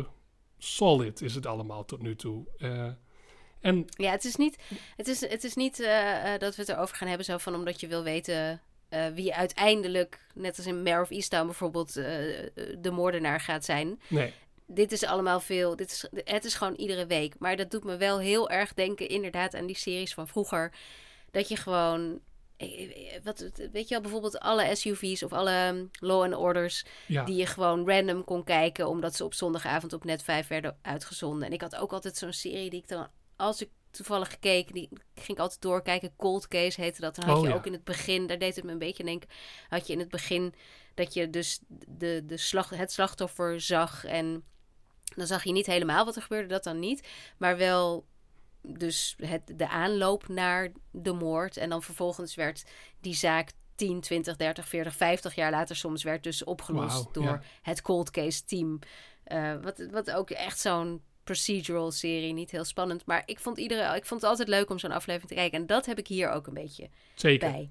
solid is het allemaal tot nu toe. Uh, En Ja, het is niet, het is, het is niet uh, uh, dat we het erover gaan hebben zo van omdat je wil weten uh, wie uiteindelijk, net als in Mare of Easttown bijvoorbeeld, uh, de moordenaar gaat zijn. nee, Dit is allemaal veel, dit is, het is gewoon iedere week. Maar dat doet me wel heel erg denken inderdaad aan die series van vroeger. Dat je gewoon, wat, weet je wel, bijvoorbeeld alle S U V's of alle Law and Orders, ja. die je gewoon random kon kijken omdat ze op zondagavond op Net vijf werden uitgezonden. En ik had ook altijd zo'n serie die ik dan, als ik toevallig gekeken, die ging ik altijd doorkijken. Cold Case heette dat. Dan had Oh, je ja. ook in het begin, daar deed het me een beetje denken, had je in het begin dat je dus de, de slag, het slachtoffer zag en dan zag je niet helemaal wat er gebeurde, dat dan niet. Maar wel dus het, de aanloop naar de moord. En dan vervolgens werd die zaak tien, twintig, dertig, veertig, vijftig jaar later soms werd dus opgelost Wauw, door ja. het cold case team. Uh, wat, wat ook echt zo'n procedural serie, niet heel spannend. Maar ik vond, iedere, ik vond het altijd leuk om zo'n aflevering te kijken. En dat heb ik hier ook een beetje Zeker. bij.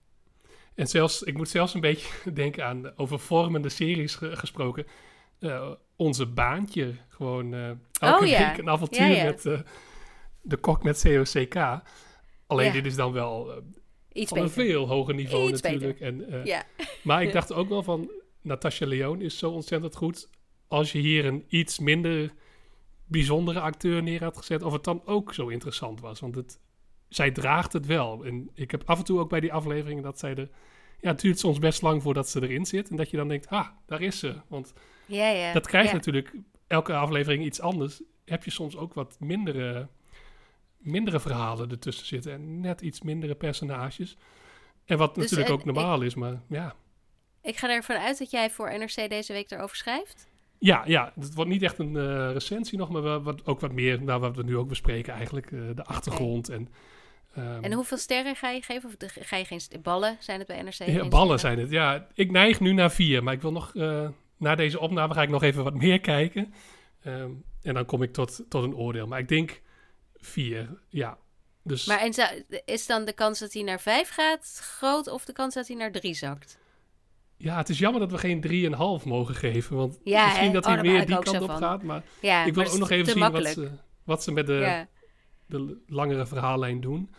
En zelfs, ik moet zelfs een beetje denken aan over vormende series ge- gesproken. Uh, onze Baantje, gewoon uh, elke Oh, ja. week een avontuur Ja, ja. met uh, de kok met C O C K. Alleen Ja. dit is dan wel uh, Iets van een beter. veel hoger niveau Iets natuurlijk. En, uh, Ja. Maar ik dacht ook wel van, Natasha Lyonne is zo ontzettend goed. Als je hier een iets minder bijzondere acteur neer had gezet, of het dan ook zo interessant was. Want het, zij draagt het wel. En ik heb af en toe ook bij die afleveringen dat zij er... Ja, het duurt soms best lang voordat ze erin zit. En dat je dan denkt, ah, daar is ze. Want Ja, ja. dat krijg je ja. natuurlijk elke aflevering iets anders. Heb je soms ook wat mindere, mindere verhalen ertussen zitten. En net iets mindere personages. En wat Dus, natuurlijk en ook normaal is, maar ja. Ik ga ervan uit dat jij voor N R C deze week erover schrijft. Ja, ja, het wordt niet echt een uh, recensie nog, maar wel wat, ook wat meer, nou, wat we nu ook bespreken eigenlijk. Uh, de achtergrond en Um, En hoeveel sterren ga je geven? Of de, ga je geen st- ballen zijn het bij N R C? ja, Geen ballen sterren? zijn het. Ja, ik neig nu naar vier. Maar ik wil nog... Uh, na deze opname ga ik nog even wat meer kijken. Um, en dan kom ik tot, tot een oordeel. Maar ik denk vier, ja. Dus... Maar en zou, is dan de kans dat hij naar vijf gaat groot of de kans dat hij naar drie zakt? Ja, het is jammer dat we geen drie komma vijf mogen geven. Want Ja, misschien hè? dat Oh, hij daar meer baal ik die ook kant zo op van. gaat. Maar Ja, ik wil maar ook nog het is even te zien wat makkelijk. ze, wat ze met de, Ja. de langere verhaallijn doen.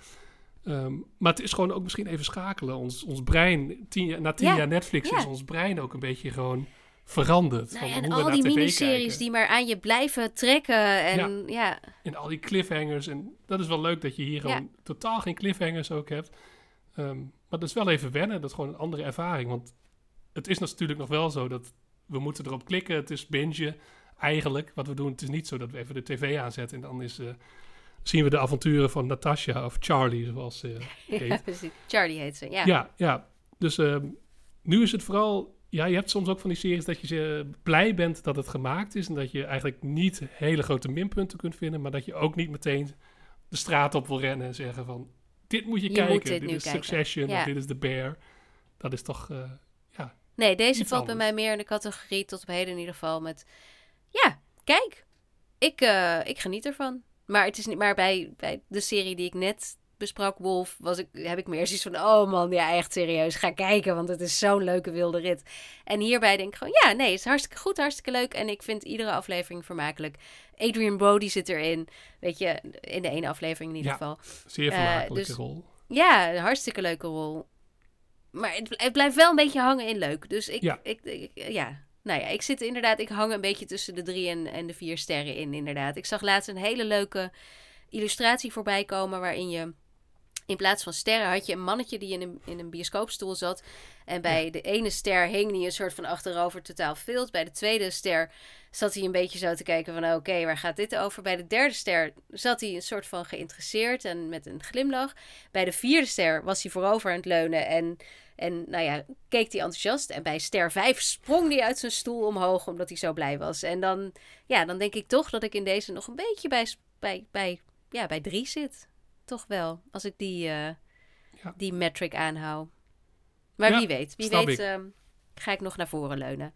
Um, maar het is gewoon ook misschien even schakelen. Ons, ons brein, tien, jaar- na tien Ja, jaar Netflix ja. is ons brein ook een beetje gewoon veranderd. Nou van ja, hoe en we al naar die tv miniseries kijken. die maar aan je blijven trekken. En ja, ja. En al die cliffhangers. En dat is wel leuk dat je hier gewoon Ja. totaal geen cliffhangers ook hebt. Um, maar dat is wel even wennen. Dat is gewoon een andere ervaring. Want het is natuurlijk nog wel zo dat we moeten erop klikken. Het is bingen eigenlijk wat we doen. Het is niet zo dat we even de tv aanzetten en dan is, uh, zien we de avonturen van Natasha of Charlie, zoals ze uh, heet. Ja, precies. Charlie heet ze, ja. Ja, ja. Dus um, nu is het vooral... Ja, je hebt soms ook van die series dat je uh, blij bent dat het gemaakt is. En dat je eigenlijk niet hele grote minpunten kunt vinden. Maar dat je ook niet meteen de straat op wil rennen en zeggen van... Dit moet je, Je kijken. moet dit dit nu is kijken. Succession Ja. of dit is The Bear. Dat is toch... Uh, ja, Nee, deze iets valt bij anders. mij meer in de categorie tot op heden in ieder geval met... Ja, kijk. Ik, uh, ik geniet ervan. Maar het is niet maar bij, bij de serie die ik net besprak, Wolf, was ik, heb ik meer zoiets van... Oh man, ja, echt serieus. Ga kijken, want het is zo'n leuke wilde rit. En hierbij denk ik gewoon... Ja, nee, het is hartstikke goed, hartstikke leuk. En ik vind iedere aflevering vermakelijk. Adrian Brody zit erin. Weet je, in de ene aflevering in ieder Ja. geval. zeer vermakelijke dus- rol. Ja, een hartstikke leuke rol. Maar het, het blijft wel een beetje hangen in leuk. Dus ik, Ja. ik, ik, ja... Nou ja, ik zit inderdaad... Ik hang een beetje tussen de drie en, en de vier sterren in, inderdaad. Ik zag laatst een hele leuke illustratie voorbij komen... waarin je in plaats van sterren had je een mannetje die in een, in een bioscoopstoel zat. En bij ja. de ene ster hing hij een soort van achterover totaal vilt. Bij de tweede ster zat hij een beetje zo te kijken van... oké, okay, waar gaat dit over? Bij de derde ster zat hij een soort van geïnteresseerd en met een glimlach. Bij de vierde ster was hij voorover aan het leunen en... En nou ja, keek hij enthousiast. En bij ster vijf sprong hij uit zijn stoel omhoog omdat hij zo blij was. En dan, ja, dan denk ik toch dat ik in deze nog een beetje bij, bij, bij, ja, bij drie zit. Toch wel, als ik die, uh, ja. die metric aanhoud. Maar ja, wie weet, wie weet uh, ga ik nog naar voren leunen.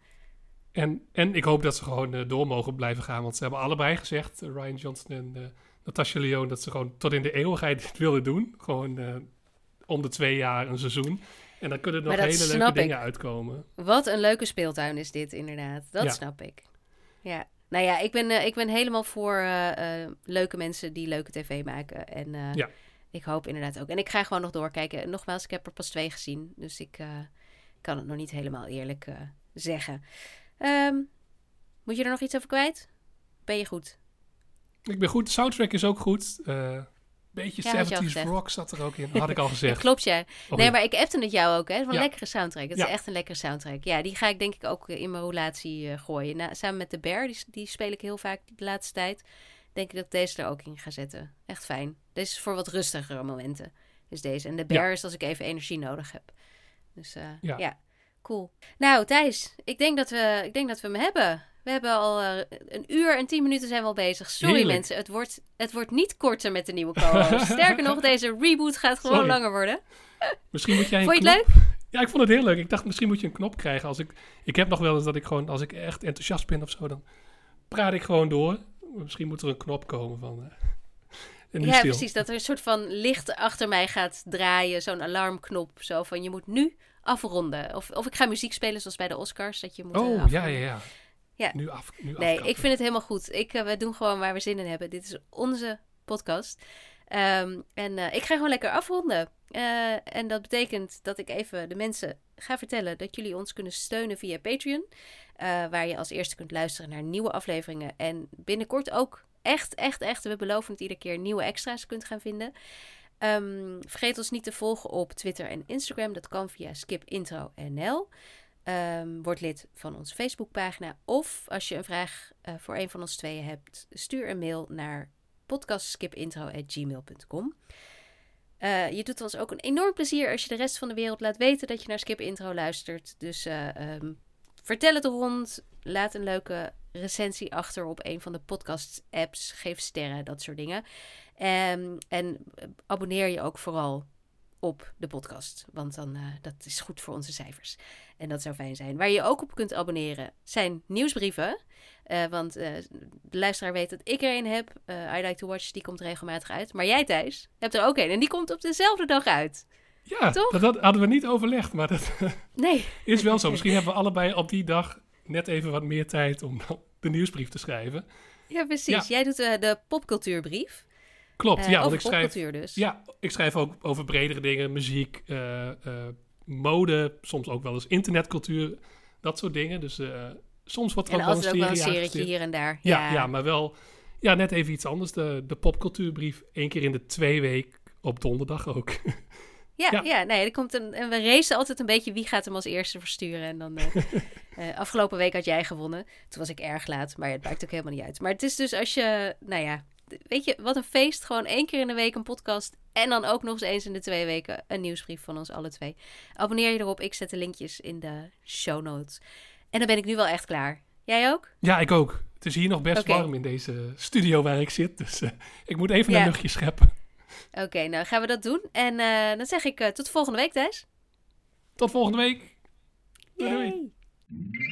En, en ik hoop dat ze gewoon uh, door mogen blijven gaan. Want ze hebben allebei gezegd, uh, Rian Johnson en uh, Natasha Lyonne... dat ze gewoon tot in de eeuwigheid dit willen doen. Gewoon uh, om de twee jaar een seizoen. En dan kunnen er nog hele leuke ik. dingen uitkomen. Wat een leuke speeltuin is dit, inderdaad. Dat ja. snap ik. Ja. Nou ja, ik ben, uh, ik ben helemaal voor uh, uh, leuke mensen die leuke tv maken. En uh, ja. ik hoop inderdaad ook. En ik ga gewoon nog doorkijken. Nogmaals, ik heb er pas twee gezien. Dus ik uh, kan het nog niet helemaal eerlijk uh, zeggen. Um, moet je er nog iets over kwijt? Ben je goed? Ik ben goed. De soundtrack is ook goed. Uh, beetje ja, zeventies rock zat er ook in. Had ik al gezegd. Ja, klopt, ja. Oh, nee, ja. maar ik appte het jou ook, hè. Van een ja. lekkere soundtrack. Het ja. is echt een lekkere soundtrack. Ja, die ga ik denk ik ook in mijn roulatie uh, gooien. Na, samen met The Bear, die, die speel ik heel vaak de laatste tijd. Denk ik dat ik deze er ook in ga zetten. Echt fijn. Deze is voor wat rustigere momenten. Is deze. En The Bear ja. is als ik even energie nodig heb. Dus uh, ja. ja, cool. Nou, Thijs, ik denk dat we, ik denk dat we hem hebben. We hebben al uh, een uur en tien minuten zijn we al bezig. Sorry Heerlijk. mensen, het wordt, het wordt niet korter met de nieuwe co-host. Sterker nog, deze reboot gaat gewoon Sorry. langer worden. Misschien moet jij een vond je het knop... leuk? Ja, ik vond het heel leuk. Ik dacht, misschien moet je een knop krijgen. Als ik, ik heb nog wel eens dat ik gewoon, als ik echt enthousiast ben of zo, dan praat ik gewoon door. Misschien moet er een knop komen van... Uh, en nu ja, stil. precies. Dat er een soort van licht achter mij gaat draaien. Zo'n alarmknop. Zo van, je moet nu afronden. Of, of ik ga muziek spelen zoals bij de Oscars. Dat je moet Oh, afronden. ja, ja, ja. Ja. Nu af, nu nee, afkappen. ik vind het helemaal goed. Ik, uh, we doen gewoon waar we zin in hebben. Dit is onze podcast. Um, en uh, ik ga gewoon lekker afronden. Uh, en dat betekent dat ik even de mensen ga vertellen dat jullie ons kunnen steunen via Patreon. Uh, waar je als eerste kunt luisteren naar nieuwe afleveringen. En binnenkort ook echt, echt, echt. We beloven het iedere keer nieuwe extra's kunt gaan vinden. Um, vergeet ons niet te volgen op Twitter en Instagram. Dat kan via skip intro n l. Um, word lid van onze Facebookpagina. Of als je een vraag uh, voor een van ons tweeën hebt, stuur een mail naar podcast skip intro at gmail dot com. Uh, je doet ons ook een enorm plezier als je de rest van de wereld laat weten dat je naar Skip Intro luistert. Dus uh, um, vertel het rond. Laat een leuke recensie achter op een van de podcast-apps. Geef sterren, dat soort dingen. Um, en abonneer je ook vooral op de podcast. Want dan, uh, dat is goed voor onze cijfers. En dat zou fijn zijn. Waar je ook op kunt abonneren zijn nieuwsbrieven. Uh, want uh, de luisteraar weet dat ik er een heb. Uh, I Like to Watch, die komt regelmatig uit. Maar jij, Thijs, hebt er ook een. En die komt op dezelfde dag uit. Ja, toch? Dat, dat hadden we niet overlegd. Maar dat nee. is wel zo. Misschien hebben we allebei op die dag net even wat meer tijd om de nieuwsbrief te schrijven. Ja, precies. Ja. Jij doet uh, de popcultuurbrief. Klopt, uh, ja. Over want ik schrijf, popcultuur dus. Ja, ik schrijf ook over bredere dingen. Muziek, uh, uh, mode, soms ook wel eens internetcultuur. Dat soort dingen. Dus uh, soms wordt er en ook wel een serie ook wel een serietje hier en daar. Ja, ja. ja, maar wel ja, net even iets anders. De, de popcultuurbrief één keer in de twee weken op donderdag ook. Ja, ja. ja. ja nee, er komt een, en we racen altijd een beetje wie gaat hem als eerste versturen. En dan uh, uh, afgelopen week had jij gewonnen. Toen was ik erg laat, maar het maakt ook helemaal niet uit. Maar het is dus als je, nou ja, weet je, wat een feest. Gewoon één keer in de week een podcast. En dan ook nog eens eens in de twee weken een nieuwsbrief van ons alle twee. Abonneer je erop. Ik zet de linkjes in de show notes. En dan ben ik nu wel echt klaar. Jij ook? Ja, ik ook. Het is hier nog best okay. warm in deze studio waar ik zit. Dus uh, ik moet even ja. een luchtje scheppen. Oké, okay, nou gaan we dat doen. En uh, dan zeg ik uh, tot volgende week, Thijs. Tot volgende week. Doei. Yay. doei.